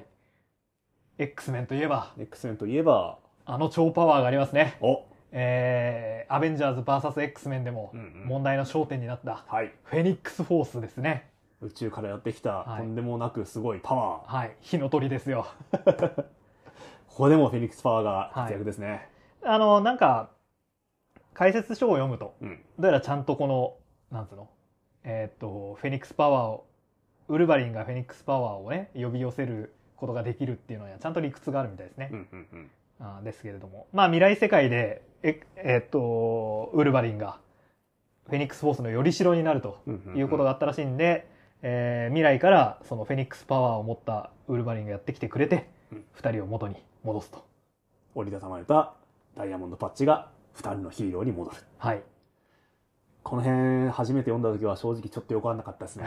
。X メンといえば。 X メンといえば。 あの超パワーがありますね。おえー、アベンジャーズ ブイエス X メンでも問題の焦点になった、うんうん、フェニックスフォースですね。 宇宙からやってきた、はい、とんでもなくすごいパワー。はい。火の鳥ですよ。 ここでもフェニックスパワーが活躍ですね。 はい、あの、なんか、解説書を読むと、うん、どうやらちゃんとこの、なんつうの、えー、っと、フェニックスパワーを、ウルヴァリンがフェニックスパワーをね、呼び寄せることができるっていうのにはちゃんと理屈があるみたいですね。うんうんうん、あですけれども。まあ未来世界で、え、えー、っと、ウルヴァリンが、フェニックスフォースのよりしろになるということがあったらしいんで、うんうんうんえー、未来からそのフェニックスパワーを持ったウルヴァリンがやってきてくれて、うん、ふたりを元に戻すと。 折りたたまれたダイヤモンドパッチがふたりのヒーローに戻る。はい。この辺初めて読んだ時は正直ちょっとよくわかんなかったですね。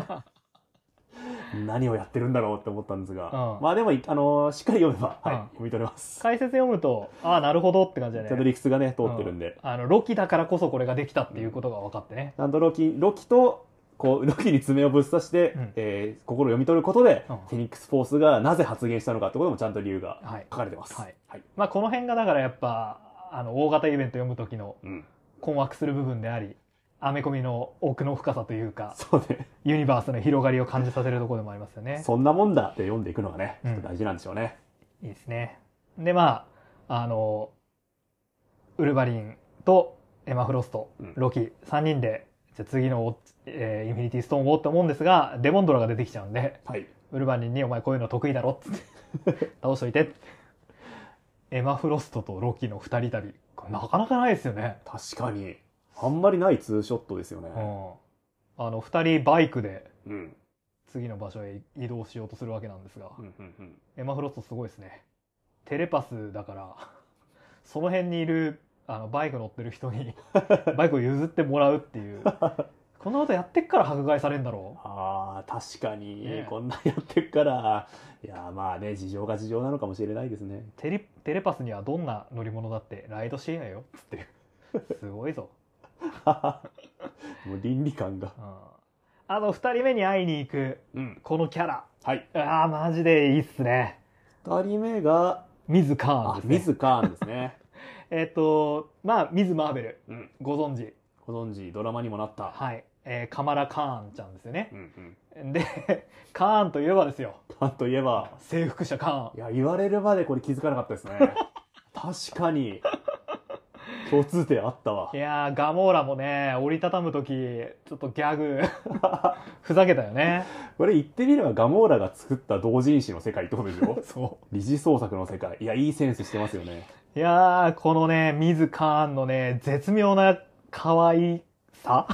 何をやってるんだろうって思ったんですが、うん、まあでも、あのー、しっかり読めば、はい、うん、読み取れます。 解説読むと、ああ、なるほどって感じでね。 ちゃんと理屈がね、通ってるんで、 うん。あの、ロキだからこそこれができたっていうことが分かってね。 ちゃんとロキ、ロキと、こう、ロキに爪をぶっ刺して、うんえー、心を読み取ることで、うん、フェニックスフォースがなぜ発言したのかってこともちゃんと理由が書かれてます。はい。 はいはい、まあ、この辺がだからやっぱ、あの、大型イベント読む時の困惑する部分であり、アメコミの奥の深さというか、そうね。ユニバースの広がりを感じさせるところでもありますよね。 そんなもんだって読んでいくのがね、ちょっと大事なんでしょうね。 うん、いいですね。で、まあ、あの、ウルヴァリンとエマ・フロスト、ロキ、さんにんで、じゃあ次の、えー、インフィニティストーンをって思うんですが、デモンドラが出てきちゃうんで、はい、ウルヴァリンにお前こういうの得意だろって倒しといて。エマ・フロストとロキの二人旅、なかなかないですよね。 確かに。 あんまりないツーショットですよね。 うん、あのふたりバイクでうん次の場所へ移動しようとするわけなんですが、 うんうんうん、 エマ・フロストすごいですね。テレパスだからその辺にいるあのバイク乗ってる人にバイクを譲ってもらうっていうこの後やってっから迫害されるんだろう。 ああ確かに、 ね、 こんなやってっからいやまあね事情が事情なのかもしれないですね。 テレ、テレパスにはどんな乗り物だってライドシェアよっつってすごいぞもう倫理観が、 うん、あのふたりめに会いに行く、うん、このキャラ、 はい、 ああマジでいいっすね。 ふたりめがミズ・カーンですね。 ミズ・カーンですねえっとまあミズ・マーベル、うん、ご存知ご存知ドラマにもなった、 はい、えー、カマラ・カーンちゃんですよね、うんうん、でカーンといえばですよ、 カーンといえば征服者カーン。 いや言われるまでこれ気づかなかったですね確かに共通点あったわ。 いやガモーラもね折りたたむ時ちょっとギャグふざけたよね。 これ言ってみればガモーラが作った同人誌の世界ってことでしょそう理事創作の世界。いやいいセンスしてますよね。 いやーこのねミズ・カーンのね絶妙な可愛さ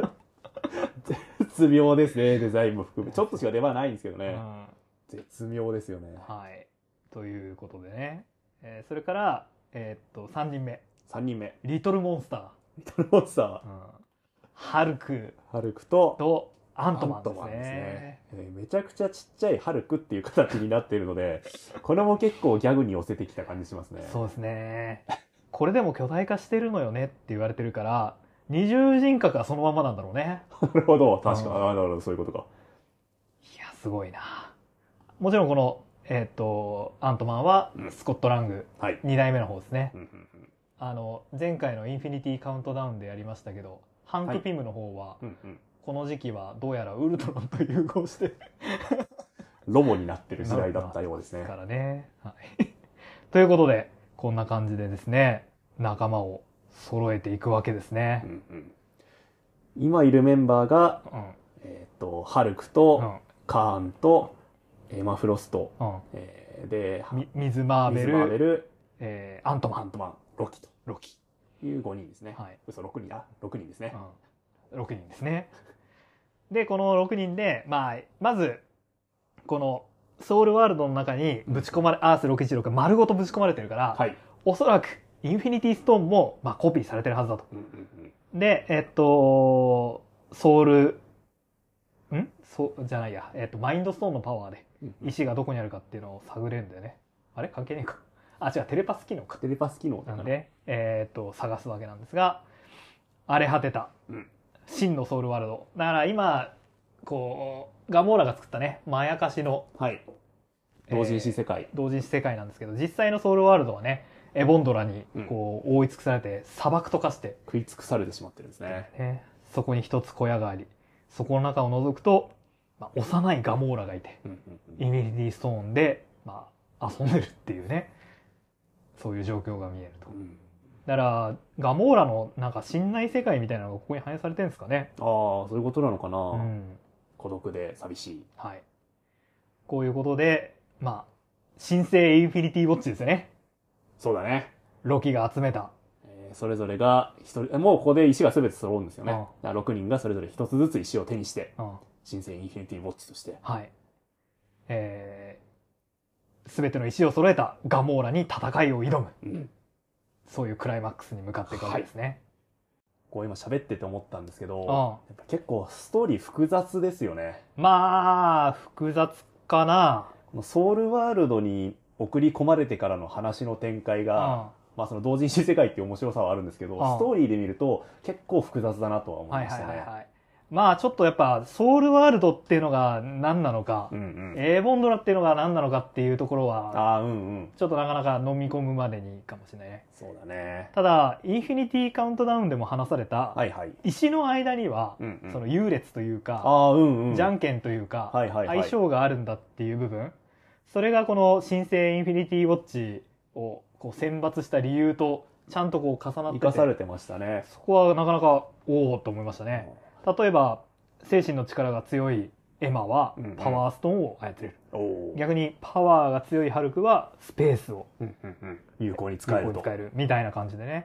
絶妙ですね。デザインも含めちょっとしか出番ないんですけどね、うん、絶妙ですよね。 はいということでね、えー、それからえー、っとさんにんめさんにんめリトルモンスター。 リトルモンスター、うん、 ハルクハルクととアントマンですね。ですね、 えー、めちゃくちゃちっちゃいハルクっていう形になっているのでこれも結構ギャグに寄せてきた感じしますね。 そうですね。これでも巨大化してるのよねって言われてるから二重人格はそのままなんだろうね。 なるほど確かに、うん、なるほどそういうことか。 いやすごいな。もちろんこの、えー、とアントマンはスコット・ラング、うんはい、にだいめの方ですね、うんうんうん、あの前回のインフィニティカウントダウンでやりましたけどハンク・ピムの方は、はいうんうん、この時期はどうやらウルトランと融合してロボになってる時代だったようですね。 からね、はい、ということでこんな感じでですね仲間を揃えていくわけですね、うんうん、 今いるメンバーが、うんえー、とハルクと、うん、カーンとエマ・フロスト、うんえー、でミズ・マーベル、マーベルえー、アントマン、アントマンロキとロキいうごにんですね。はい、嘘ろくにんあろくにんですね、 うん、ろくにんですね。でこのろくにんで、まあ、まずこのソウルワールドの中にぶち込まれ、うん、アースろくいちろく丸ごとぶち込まれてるから、はい、おそらくインフィニティストーンも、まあ、コピーされてるはずだと、うんうんうん、でえっとソウルんそうじゃないや、えっと、マインドストーンのパワーで石がどこにあるかっていうのを探れるんだよね。あれ関係ねえか。あ違うテレパス機能か。 テレパス機能なんで、えー、っと探すわけなんですが荒れ果てた、うん、真のソウルワールドだから今こうガモーラが作ったねまやかしの、 はい、同人誌世界、 えー、同人誌世界なんですけど実際のソウルワールドはねエボンドラにこう、うん、覆い尽くされて砂漠と化して食い尽くされてしまってるんですね。 ねそこに一つ小屋がありそこの中を覗くと、まあ、幼いガモーラがいて、うんうんうん、インフィニティストーンで、まあ、遊んでるっていうねそういう状況が見えると、うん、だからガモーラのなんか信内世界みたいなのがここに反映されてるんですかね。 ああそういうことなのかな、うん、孤独で寂しい、 はい、こういうことでまあ新生インフィニティウォッチですよね。 そうだねロキが集めた、 えー、それぞれが一人もうここで石が全て揃うんですよね、うん、だからろくにんがそれぞれ一つずつ石を手にして、うん、新生インフィニティウォッチとしてはいえー、全ての石を揃えたガモーラに戦いを挑む、うん、そういうクライマックスに向かっていくわけですね、はい、 こう今喋ってて思ったんですけど、うん、やっぱ結構ストーリー複雑ですよね。 まあ複雑かな。 このソウルワールドに送り込まれてからの話の展開が、うんまあ、その同人誌世界っていう面白さはあるんですけど、うん、ストーリーで見ると結構複雑だなとは思いましたね、はいはいはいはい、 まあちょっとやっぱソウルワールドっていうのが何なのか、うんうん、エーボンドラっていうのが何なのかっていうところは、あ、うんうん、ちょっとなかなか飲み込むまでにかもしれないね。 そうだね。 ただインフィニティカウントダウンでも話された、はいはい、石の間には、うんうん、その優劣というか、あ、うんうん、じゃんけんというか、はいはいはい、相性があるんだっていう部分、それがこの新生インフィニティウォッチをこう選抜した理由とちゃんとこう重なってて生かされてましたね。 そこはなかなかおおと思いましたね。例えば精神の力が強いエマはパワーストーンを操れる、うんうん、逆にパワーが強いハルクはスペースを有効に使えると有効に使えるみたいな感じでね、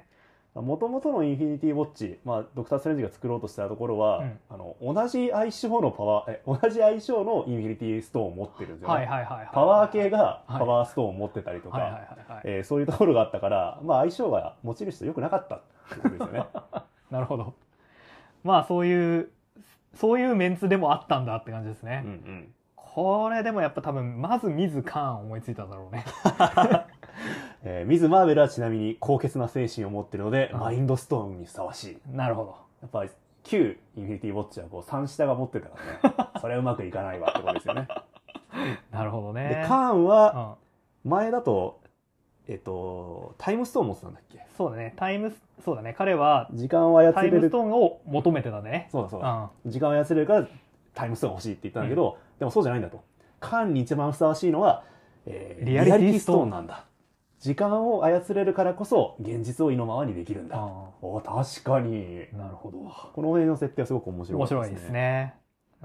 もともとのインフィニティウォッチ、まあ、ドクター・ストレンジが作ろうとしたところは、うん、あの同じ相性のパワーえ同じ相性のインフィニティストーンを持ってるんですよね。パワー系がパワーストーンを持ってたりとかそういうところがあったから、まあ、相性が持ち主と良くなかったってことですよね。 なるほど。まあそういうそういうメンツでもあったんだって感じですね。うんうん、これでもやっぱ多分まずミズ・カーン思いついたんだろうね。 えー、ミズ・マーベルはちなみに高潔な精神を持っているので、うん、マインドストーンにふさわしい。 なるほど。 やっぱり旧インフィニティウォッチはこうさん下が持ってたからね。それはうまくいかないわってことですよね。 なるほどね。 でカーンは前だと、えっとタイムストーン持ってたんだっけ。 そうだね。タイムそうだね。彼は時間を操れるタイムストーンを求めてたね。 そうだそうだ。うん、時間を操れるからタイムストーン欲しいって言ったんだけど、うん、でもそうじゃないんだと。カーンに一番ふさわしいのは、えー、リアリティストーンなんだ。時間を操れるからこそ現実を意のままにできるんだ。お確かに。 なるほど。 この辺の設定はすごく面白いですね。 面白いですね。うん、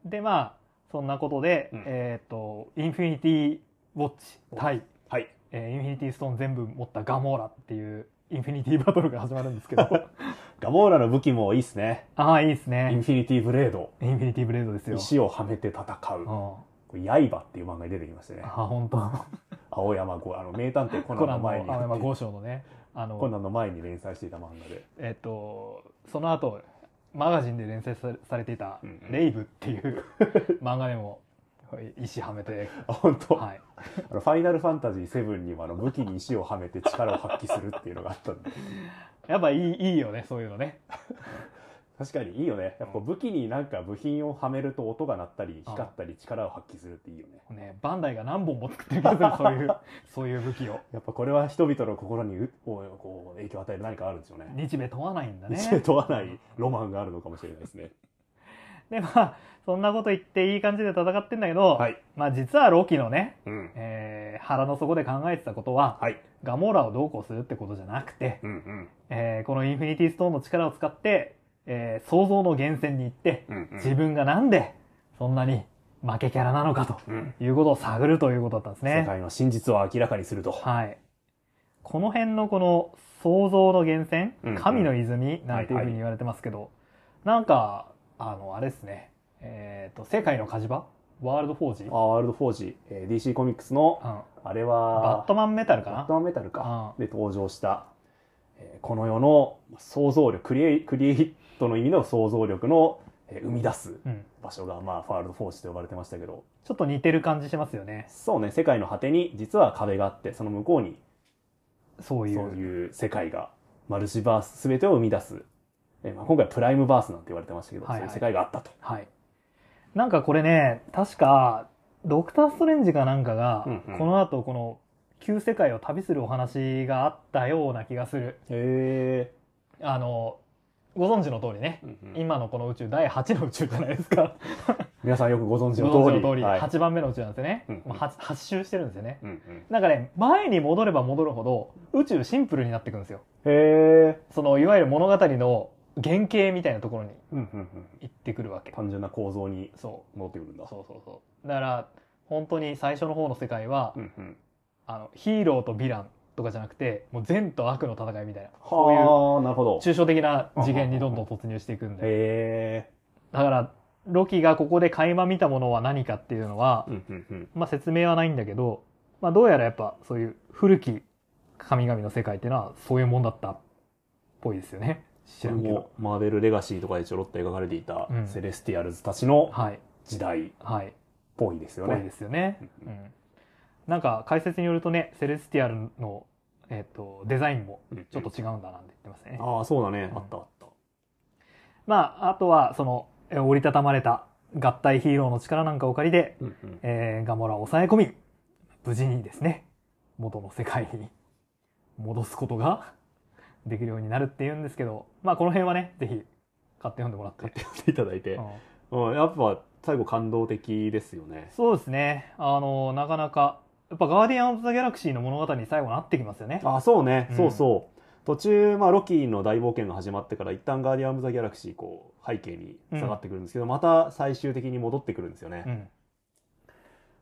でまあそんなことで、うん、えっ、ー、とインフィニティウォッチ対、 はいえー、インフィニティストーン全部持ったガモーラっていうインフィニティバトルが始まるんですけどガモーラの武器もいいですね。 ああいいですね。 インフィニティブレード。 インフィニティブレードですよ。 石をはめて戦う。うん、刃っていう漫画に出てきましてね。 あ本当。 青山ごあの名探偵コナンの前に青山剛昌のねあのコナンの前に連載していた漫画で、 えっとその後マガジンで連載されていた「レイブ」っていう漫画でも石はめてあ本当、はい、あのファイナルファンタジーセブンにもあの武器に石をはめて力を発揮するっていうのがあったんでやっぱいいいいよねそういうのね。 確かにいいよね。やっぱ武器になんか部品をはめると音が鳴ったり光ったり力を発揮するっていいよね。 ねバンダイが何本も作ってるけどそういうそういう武器を。 やっぱこれは人々の心にこう影響を与える何かあるんですよね。 日米問わないんだね。 日米問わないロマンがあるのかもしれないですね。 でまあそんなこと言っていい感じで戦ってんだけど、 はい、 まあ実はロキのね、 うんえー、腹の底で考えてたことは、はい、ガモーラをどうこうするってことじゃなくて、うんうんえー、このインフィニティストーンの力を使ってえー、想像の源泉に行って、うんうん、自分がなんでそんなに負けキャラなのかということを探るということだったんですね。 世界の真実を明らかにすると。 はい。この辺のこの想像の源泉、うんうん、神の泉なんていうふうに言われてますけど、はいはい、なんかあのあれですね、えっと世界の火事場ワールドフォージあワールドフォージ、えー、ディーシー コミックスの、うん、あれはバットマンメタルかなバットマンメタルか、うん、で登場した、えー、この世の想像力クリエイクリエイトの意味の想像力の生み出す場所が、うん、まあワールドフォージと呼ばれてましたけど、 ちょっと似てる感じしますよね。 そうね、世界の果てに実は壁があって、その向こうにそういうそういう世界がマルチバース全てを生み出す、え、まあ、今回プライムバースなんて言われてましたけど、はいはい、そういう世界があったと。 はい。なんかこれね、確かドクターストレンジかなんかが、うんうん、この後この旧世界を旅するお話があったような気がする。 へー。あのご存知の通りね、うんうん、今のこの宇宙だいはちの宇宙じゃないですか。 皆さんよくご存知の通り、 通り、はい、はちばんめの宇宙なんですよね。うんうん、はち, はち周してるんですよね、うんうん。なんかね、前に戻れば戻るほど宇宙シンプルになっていくんですよ。 へー。 そのいわゆる物語の原型みたいなところに行ってくるわけ。 単純な構造に戻ってくるんだ。 そうそうそうだから本当に最初の方の世界は、うんうん、あのヒーローとヴィランとかじゃなくてもう善と悪の戦いみたいな、そういう抽象的な次元にどんどん突入していくんで、 へー。だからロキがここで垣間見たものは何かっていうのは、うんうんうん、まあ説明はないんだけど、まあ、どうやらやっぱそういう古き神々の世界っていうのはそういうもんだったっぽいですよね。 知らんけどマーベルレガシーとかでちょろっと描かれていたセレスティアルズたちの時代っぽいですよね。 ぽいですよね。うん、なんか解説によるとね、セレスティアルの、えー、とデザインもちょっと違うんだなんて言ってますね。 うんうん、ああそうだね、うん、あったあった。 まああとはその折りたたまれた合体ヒーローの力なんかを借りて、うんうんえー、ガモラを抑え込み無事にですね元の世界に戻すことができるようになるっていうんですけど、まあこの辺はねぜひ買って読んでもらって買って読んでいただいて、うんうん、やっぱ最後感動的ですよね。 そうですね。あのなかなかやっぱガーディアン・オブ・ザ・ギャラクシーの物語に最後なってきますよね。 あそうね、うん、そうそう途中、まあ、ロキの大冒険が始まってから一旦ガーディアン・オブ・ザ・ギャラクシーこう背景に下がってくるんですけど、うん、また最終的に戻ってくるんですよね、うん、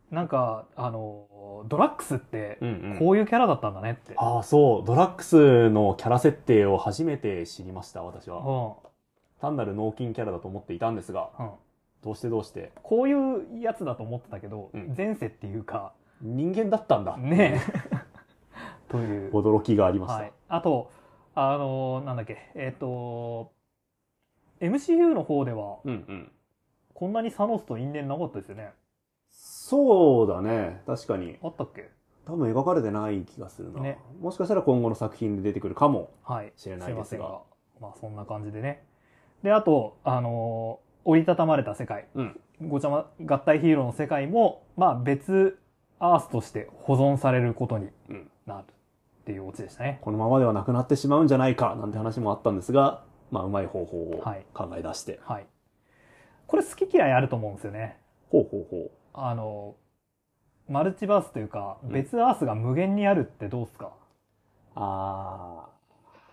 なんかあのドラッグスってこういうキャラだったんだねって、 うんうん、ああそうドラッグスのキャラ設定を初めて知りました私は、うん、単なる脳筋キャラだと思っていたんですが、うん、どうしてどうしてこういうやつだと思ってたけど、うん、前世っていうか人間だったんだねという驚きがありました、はい、 あとあのなんだっけえっ、ー、と エムシーユー の方では、うんうん、こんなにサノスと因縁なかったですよね。 そうだね確かにあったっけ。 多分描かれてない気がするな、ね、もしかしたら今後の作品で出てくるかもしれないですが、はい、 まあそんな感じでね。であとあの折りたたまれた世界、うん、ごちゃま合体ヒーローの世界もまあ別アースとして保存されることになるっていうオチでしたね、 このままではなくなってしまうんじゃないかなんて話もあったんですが、まあうまい方法を考え出して、はいはい、 これ好き嫌いあると思うんですよね。 ほうほうほう。 あのマルチバースというか、うん、別アースが無限にあるってどうですか。 ああ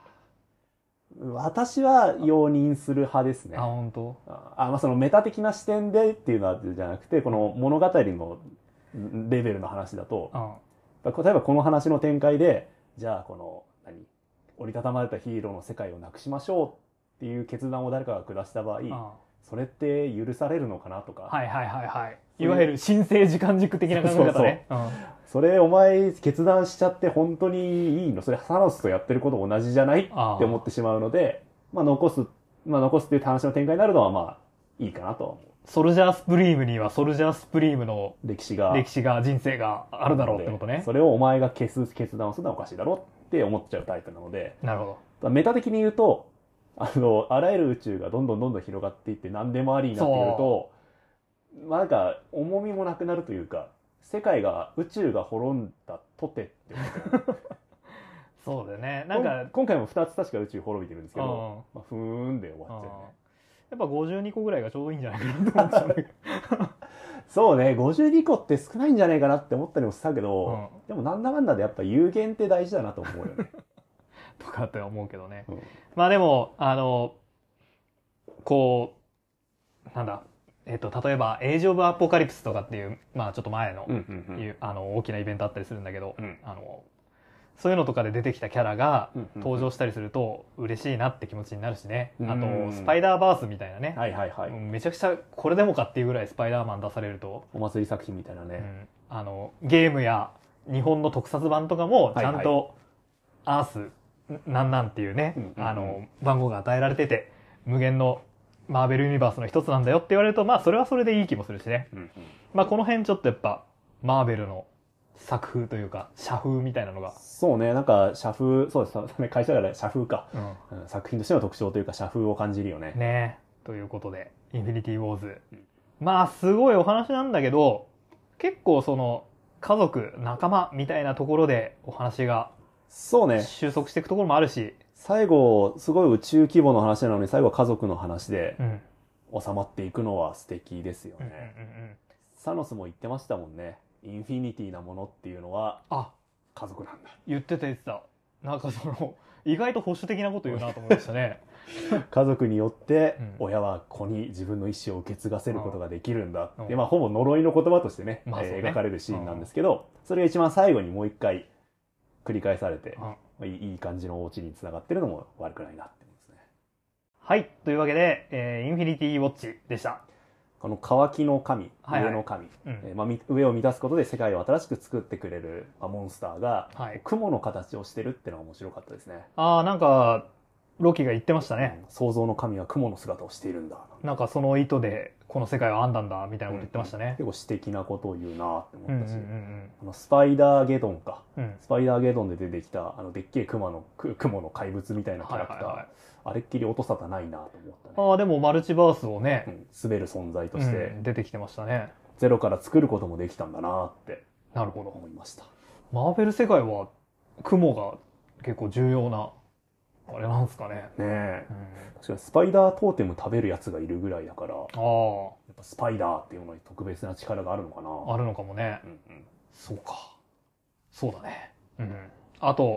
私は容認する派ですね。 あ本当。 あまあそのメタ的な視点でっていうのはじゃなくてこの物語のレベルの話だと、うん、例えばこの話の展開でじゃあこの何折りたたまれたヒーローの世界をなくしましょうっていう決断を誰かが下した場合、うん、それって許されるのかなとか。 はいはいはいはい。いわゆる神聖時間軸的な考え方ね。そうそう、 うん、それお前決断しちゃって本当にいいの？それサノスとやってること同じじゃないって思ってしまうので、まあ残す、まあ残すっていう話の展開になるのはまあいいかなとは思う。 ソルジャースプリームにはソルジャースプリームの歴史が、 歴史が人生があるだろうってことね。 それをお前が消す決断をするのはおかしいだろうって思っちゃうタイプなので。 なるほど。メタ的に言うと、あの、あらゆる宇宙がどんどんどんどん広がっていって何でもありになってくると、まあなんか重みもなくなるというか、世界が宇宙が滅んだとてって思ってそうだよね。なんか今回もふたつ確か宇宙滅びてるんですけど、まあ、ふーんで終わっちゃうね。 やっぱごじゅうにこぐらいがちょうどいいんじゃないかなと思っちゃうそうね、ごじゅうにこって少ないんじゃないかなって思ったりもしたけど、うん、でもなんだかんだでやっぱ有限って大事だなと思うよねとかって思うけどね、うん、まあでもあのこうなんだえっと例えばエイジオブアポカリプスとかっていうまあちょっと前の、うんうんうん、あの大きなイベントあったりするんだけど、うん、あのそういうのとかで出てきたキャラが登場したりすると嬉しいなって気持ちになるしね、うんうん、あとスパイダーバースみたいなね、はいはいはい、めちゃくちゃこれでもかっていうぐらいスパイダーマン出されるとお祭り作品みたいなね、 うん、あのゲームや日本の特撮版とかもちゃんとアースなんなんっていうね、うんうんうん、あの番号が与えられてて無限のマーベルユニバースの一つなんだよって言われるとまあそれはそれでいい気もするしね、うんうん、まあこの辺ちょっとやっぱマーベルの作風というか社風みたいなのがそうねなんか社風そうですね会社から社風か、うんうん、作品としての特徴というか社風を感じるよね。 ねということでインフィニティ・ウォーズ、うん、まあすごいお話なんだけど結構その家族仲間みたいなところでお話がそうね収束していくところもあるし、 最後すごい宇宙規模の話なのに最後は家族の話で収まっていくのは素敵ですよね、うんうんうんうん、サノスも言ってましたもんね。インフィニティなものっていうのは家族なんだ。 言ってた言ってた。なんかその意外と保守的なこと言うなと思いましたね家族によって親は子に自分の意思を受け継がせることができるんだ、うん、でまあほぼ呪いの言葉としてね、まあねえー、描かれるシーンなんですけど、うん、それが一番最後にもう一回繰り返されて、うん、いいいい感じのお家につながってるのも悪くないなって思いますね。 はいというわけで、えー、インフィニティウォッチでした。 この乾きの神、上の神、はいはいうんえーまあ、上を満たすことで世界を新しく作ってくれる、まあ、モンスターが、はい、雲の形をしてるっていうのが面白かったですね。 ああなんかロキが言ってましたね、 うん、創造の神は雲の姿をしているんだなんかその意図でこの世界は編んだんだみたいなこと言ってましたね、うん、 結構詩的なことを言うなって思ったし、うんうんうんうん、あのスパイダーゲドンか、うん、スパイダーゲドンで出てきたあのでっけえ雲の雲の怪物みたいなキャラクター、はいはいはい、あれっきり音沙汰ないなと思ったね。 ああでもマルチバースをね、うん、 滑る存在として、 うん、出てきてましたね。 ゼロから作ることもできたんだなってなるほど思いました。 マーベル世界は雲が結構重要なあれなんですかね。 ねえ、うん、確かにスパイダートーテム食べるやつがいるぐらいだから、あやっぱスパイダーっていうのに特別な力があるのかな。 あるのかもね、うんうん、そうかそうだね、うん、あと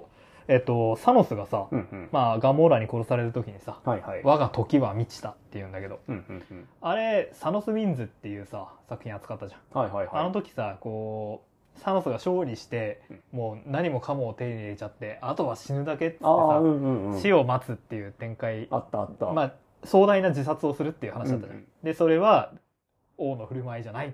えっと、サノスがさ、うんうん、まあ、ガモーラに殺される時にさ、はいはい、我が時は満ちたって言うんだけど、うんうんうん、あれ、サノス・ウィンズっていうさ、作品扱ったじゃん。はいはいはい、あの時さ、こう、サノスが勝利して、うん、もう何もかもを手に入れちゃって、あとは死ぬだけっつってさ、うんうんうん、死を待つっていう展開。あったあった。まあ、壮大な自殺をするっていう話だったじゃん。うんうん、で、それは、王の振る舞いじゃないって、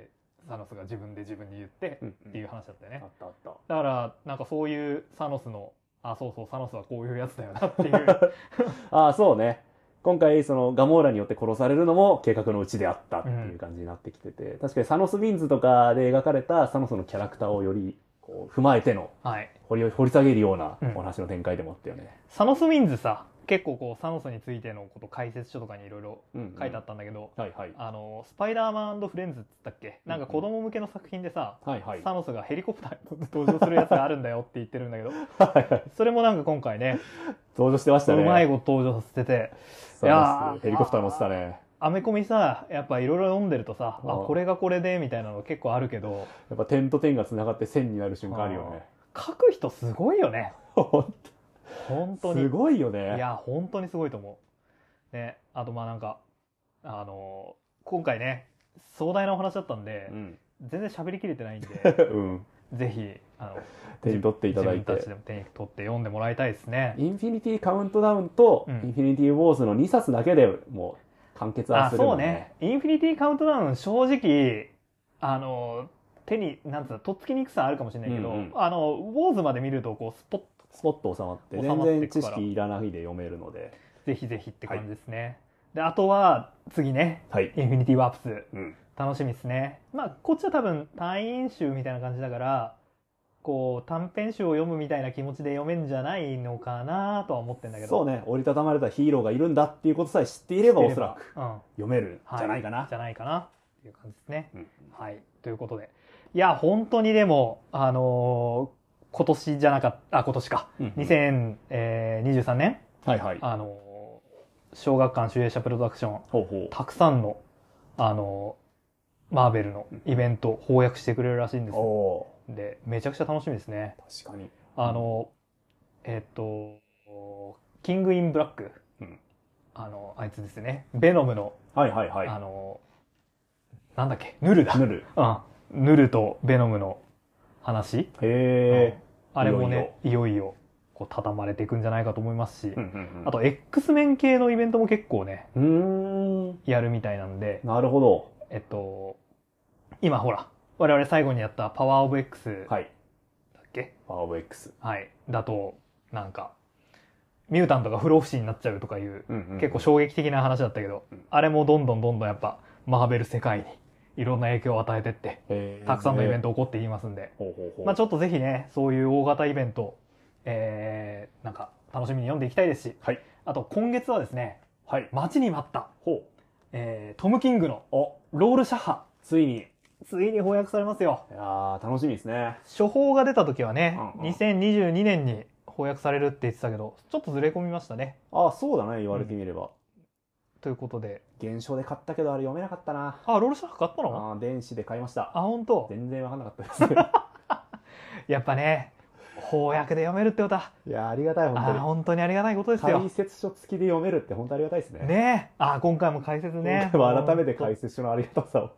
サノスが自分で自分に言ってっていう話だったよね。あったあった。だからなんかそういうサノスのあそうそうサノスはこういうやつだよなっていうああそうね。今回そのガモーラによって殺されるのも計画のうちであったっていう感じになってきてて、うん、確かにサノス・ウィンズとかで描かれたサノスのキャラクターをよりこう踏まえての掘り、はい、掘り下げるようなお話の展開でもあったよね。うん、 サノス・ウィンズさ結構こうサノスについてのこと解説書とかにいろいろ書いてあったんだけど、あのスパイダーマン&フレンズっつったっけ、なんか子供向けの作品でさ、はいはい、サノスがヘリコプターに登場するやつがあるんだよって言ってるんだけどはい、はい、それもなんか今回ね登場してましたね。 うまいこと登場させてて、 いやヘリコプター乗ってたね。 アメコミさやっぱいろいろ読んでるとさ、あこれがこれでみたいなの結構あるけど、 やっぱ点と点がつながって線になる瞬間あるよね。 書く人すごいよね本当にすごいよね。 いや本当にすごいと思うね。あとまあなんかあの今回ね壮大なお話だったんで、うん、全然喋りきれてないんで、うん、ぜひあの手に取っていただいて、 自分たちでも手に取って読んでもらいたいですね。 インフィニティカウントダウンと、うん、インフィニティウォーズのにさつだけでもう完結はするのね。 あそうね。インフィニティカウントダウン正直あの手になんつうのとっつきにくさあるかもしれないけど、うんうん、あのウォーズまで見るとこうスポッスポッと収まって全然知識いらないで読めるのでぜひぜひって感じですね。はい、であとは次ね、はい、インフィニティワープス、うん、楽しみですね。まあこっちは多分単員集みたいな感じだからこう短編集を読むみたいな気持ちで読めんじゃないのかなとは思ってんだけど、 そうね、折りたたまれたヒーローがいるんだっていうことさえ知っていればおそらく読めるんじゃないかな、 はい、じゃないかなっていう感じですね。うん、はいということでいや本当にでもあのー今年じゃなかった、あ、今年か。うんうん、にせんにじゅうさんねん、はいはい、あの、小学館集英社プロダクション、ほうほうたくさんの、あの、マーベルのイベント、翻訳してくれるらしいんですよ。で、めちゃくちゃ楽しみですね。 確かに。 あの、えっと、キング・イン・ブラック、うん、あの、あいつですね。ベノムの、はいはいはい、あの、なんだっけ、ヌルだ。ヌル。うん。ヌルとベノムの話。へえ。あれもね、いよいよこう畳まれていくんじゃないかと思いますし、うんうんうん、あと X メン系のイベントも結構ね、うーんやるみたいなんで、 なるほど。 えっと今ほら我々最後にやったパワーオブ X だっけ、はい、 パワーオブ X はいだとなんかミュータントが不老不死になっちゃうとかいう、うんうんうん、結構衝撃的な話だったけど、うん、あれもどんどんどんどんやっぱマーベル世界にいろんな影響を与えてってたくさんのイベント起こっていますんで、ほうほうほう、まあちょっとぜひねそういう大型イベント、えー、なんか楽しみに読んでいきたいですし、はい、あと今月はですね、はい、待ちに待った、ほう、えー、トム・キングのロール・シャッハついについに翻訳されますよ。 いやー楽しみですね。 初報が出た時はね、うんうん、にせんにじゅうにねんに翻訳されるって言ってたけどちょっとずれ込みましたね。 ああそうだね言われてみれば、うん、 ということで原書で買ったけどあれ読めなかったな。 あ、ロールシャッハ買ったの？ あ、電子で買いました。 あ、本当？ 全然分かんなかったですやっぱね翻訳で読めるってことは、 いやありがたい本当に。 あ、本当にありがたいことですよ。 解説書付きで読めるって本当ありがたいですね。 ねえ、あ、今回も解説ね。 今回も改めて解説書のありがたさを。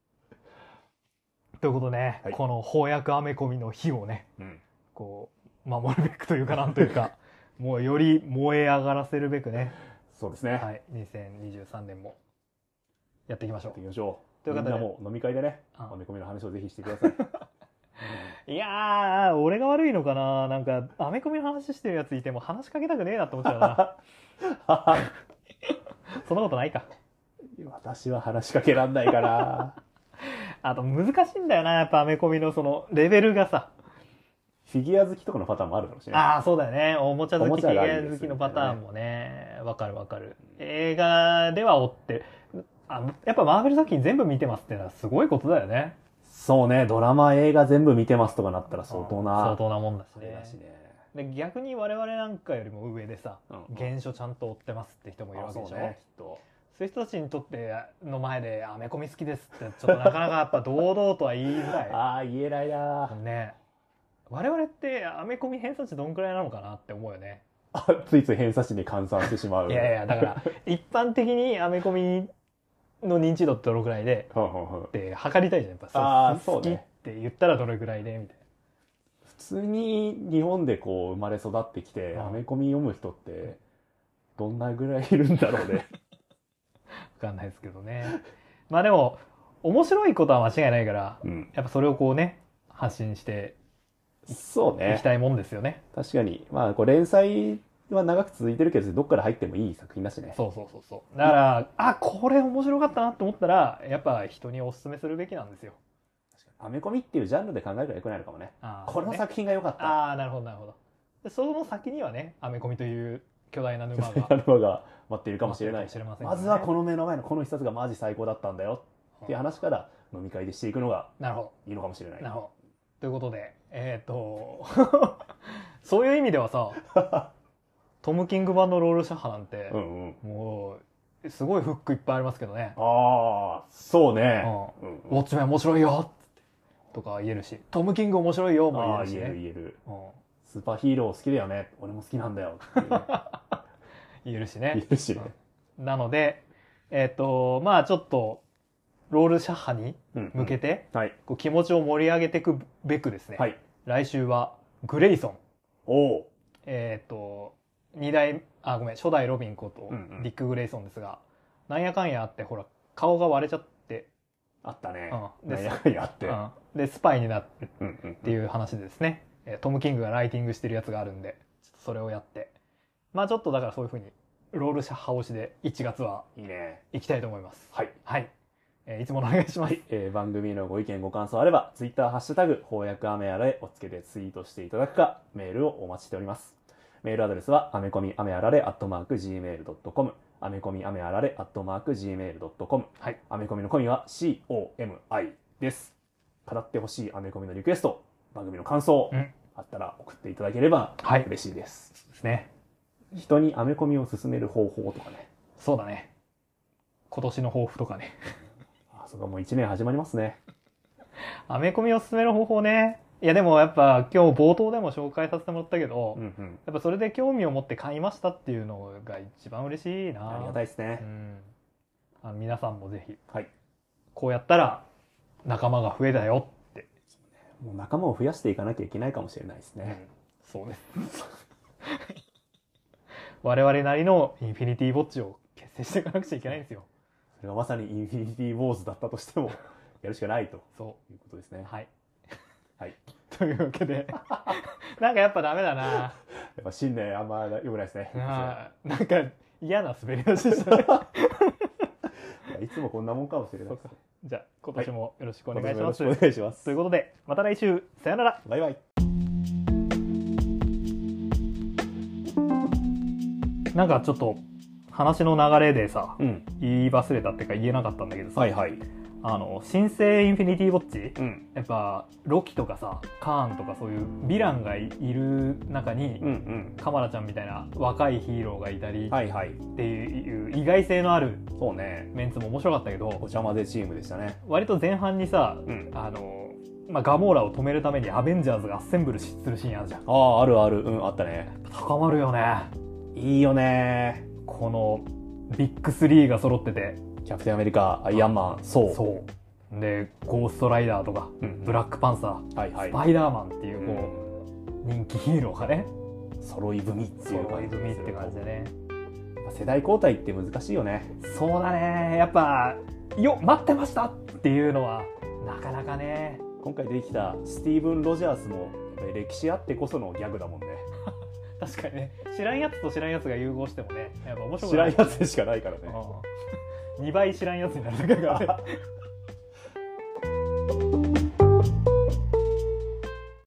ということでね、はい、この翻訳アメコミの火をね、うん、こう守るべくというかなんというかもうより燃え上がらせるべくね。 そうですね。 はい、にせんにじゅうさんねんもやっていきましょう。 やっていきましょう。ということでみんなも飲み会でね、アメコミの話をぜひしてください。 いやー、俺が悪いのかな。なんかアメコミの話してるやついても話しかけたくねえなって思っちゃうな。そんなことないか。 私は話しかけらんないから。 あと難しいんだよな、やっぱアメコミのそのレベルがさ。 フィギュア好きとかのパターンもあるかもしれない。 ああ、そうだよね。おもちゃ好き、フィギュア好きのパターンもね、わかるわかる。映画では追って、あのやっぱマーベル作品全部見てますっていうのはすごいことだよね。 そうね、ドラマ映画全部見てますとかなったら相当な、 相当なもんだしね。だしね。で逆に我々なんかよりも上でさ、うんうん、原書ちゃんと追ってますって人もいるわけでしょ。そうね、きっと。そういう人たちにとっての前でアメコミ好きですってちょっとなかなかやっぱ堂々とは言いづらい。 ああ、言えないな。 ね。 我々ってアメコミ偏差値どんくらいなのかなって思うよね。 あ、ついつい偏差値に換算してしまう。 いやいや、だから一般的にアメコミの認知度ってどのくらいでって測りたいじゃん。やっぱあ、そう好きって言ったらどれくらいでみたいな。 普通に日本でこう生まれ育ってきて、うん、アメコミ読む人ってどんなぐらいいるんだろうね。 分かんないですけどね。まあでも面白いことは間違いないから、うん、やっぱそれをこうね発信してそうねいきたいもんですよね。 確かにまあこう連載は長く続いてるけどどっから入ってもいい作品だしね。 そうそうそうそうだから、うん、あこれ面白かったなって思ったらやっぱ人におすすめするべきなんですよ。 アメコミっていうジャンルで考えるとよくないのかもね。この作品が良かった。 ああなるほどなるほど。でその先にはねアメコミという巨大な沼が沼が待っているかもしれない。 ませんね、 まずはこの目の前のこの一冊がマジ最高だったんだよっていう話から飲み会でしていくのがいいのかもしれない。 なるほど。ということでえっ、ー、とそういう意味ではさトム・キング版のロールシャッハなんて、うんうん、もうすごいフックいっぱいありますけどね。 ああそうね、 うんうん、ウォッチメン面白いよとか言えるし、トム・キング面白いよも言えるし、ね、 言える言える、うん、スーパーヒーロー好きだよね俺も好きなんだよっていう、ね、 言えるしね言えるしね、 うん、なのでえっ、ー、とまあちょっとロールシャッハに向けて、うんうん、はい、こう気持ちを盛り上げていくべくですね、はい、来週はグレイソンおえっ、ー、と二代あごめん初代ロビンことディック・グレイソンですが、うんうん、なんやかんやあってほら顔が割れちゃってあったね、 うん、でなんやかんやあって、うん、 でスパイになるっていう話でですね、うんうんうん、トム・キングがライティングしてるやつがあるんでちょっとそれをやってまあちょっとだからそういう風にロールシャッハ推しでいちがつはいいね行きたいと思います。はいはい、えー、いつもお願いします。はい、 えー、番組のご意見ご感想あればツイッターハッシュタグ翻訳アメアラレをつけてツイートしていただくかメールをお待ちしております。メールアドレスはアメコミアメアラレアットマーク ジーメールドットコム アメコミアメアラレアットマーク ジーメールドットコム、はい、アメコミのコミは シーオーエムアイ です。語ってほしいアメコミのリクエスト番組の感想、うん、あったら送っていただければ嬉しいです。 はい、そうですね。 人にアメコミを勧める方法とかね。 そうだね。今年の抱負とかね。 あ、そうかもういちねん始まりますね。 アメコミを勧める方法ね。いやでもやっぱ今日冒頭でも紹介させてもらったけど、うんうん、やっぱそれで興味を持って買いましたっていうのが一番嬉しいな。 ありがたいですね。 うん、あの皆さんもぜひ、はい、こうやったら仲間が増えたよって。 もう仲間を増やしていかなきゃいけないかもしれないですね。 うん、そうです。我々なりのインフィニティウォッチを結成していかなくちゃいけないんですよ。 それがまさにインフィニティウォーズだったとしてもやるしかないとそういうことですね。 はい。はい。というわけでなんかやっぱダメだな。やっぱ新年あんま良くないですね。 あなんか嫌な滑り出しでしたね。 いつもこんなもんかもしれないです。 じゃあ今年もよろしくお願いします。 はい、お願いします。 ということでまた来週さよなら。 バイバイ。 なんかちょっと話の流れでさ、うん、言い忘れたっていうか言えなかったんだけどさ、はいはい、あの新生インフィニティウォッチ、うん、やっぱロキとかさカーンとかそういうヴィランが い, いる中に、うんうん、カマラちゃんみたいな若いヒーローがいたり、はいはい、っていう意外性のあるメンツも面白かったけど、お邪魔でチームでしたね。 割と前半にさ、うん、あのまあ、ガモーラを止めるためにアベンジャーズがアッセンブルするシーンあるじゃん。 あああるある、うんあったね。 高まるよね。 いいよね。 このビッグスリーが揃っててキャプテンアメリカ、アイアンマン、そうそうでゴーストライダーとか、うん、ブラックパンサー、はいはい、スパイダーマンっていうこう、うん、人気ヒーローがね揃い踏みっていう揃い踏みって感じでね。 世代交代って難しいよね。 そうだね。やっぱよ待ってましたっていうのはなかなかね。 今回できたスティーブン・ロジャースも歴史あってこそのギャグだもんね。 確かにね。知らんやつと知らんやつが融合してもねやっぱ面白くない。知らんやつしかないからね。 にばい知らんやつになるだけだからね。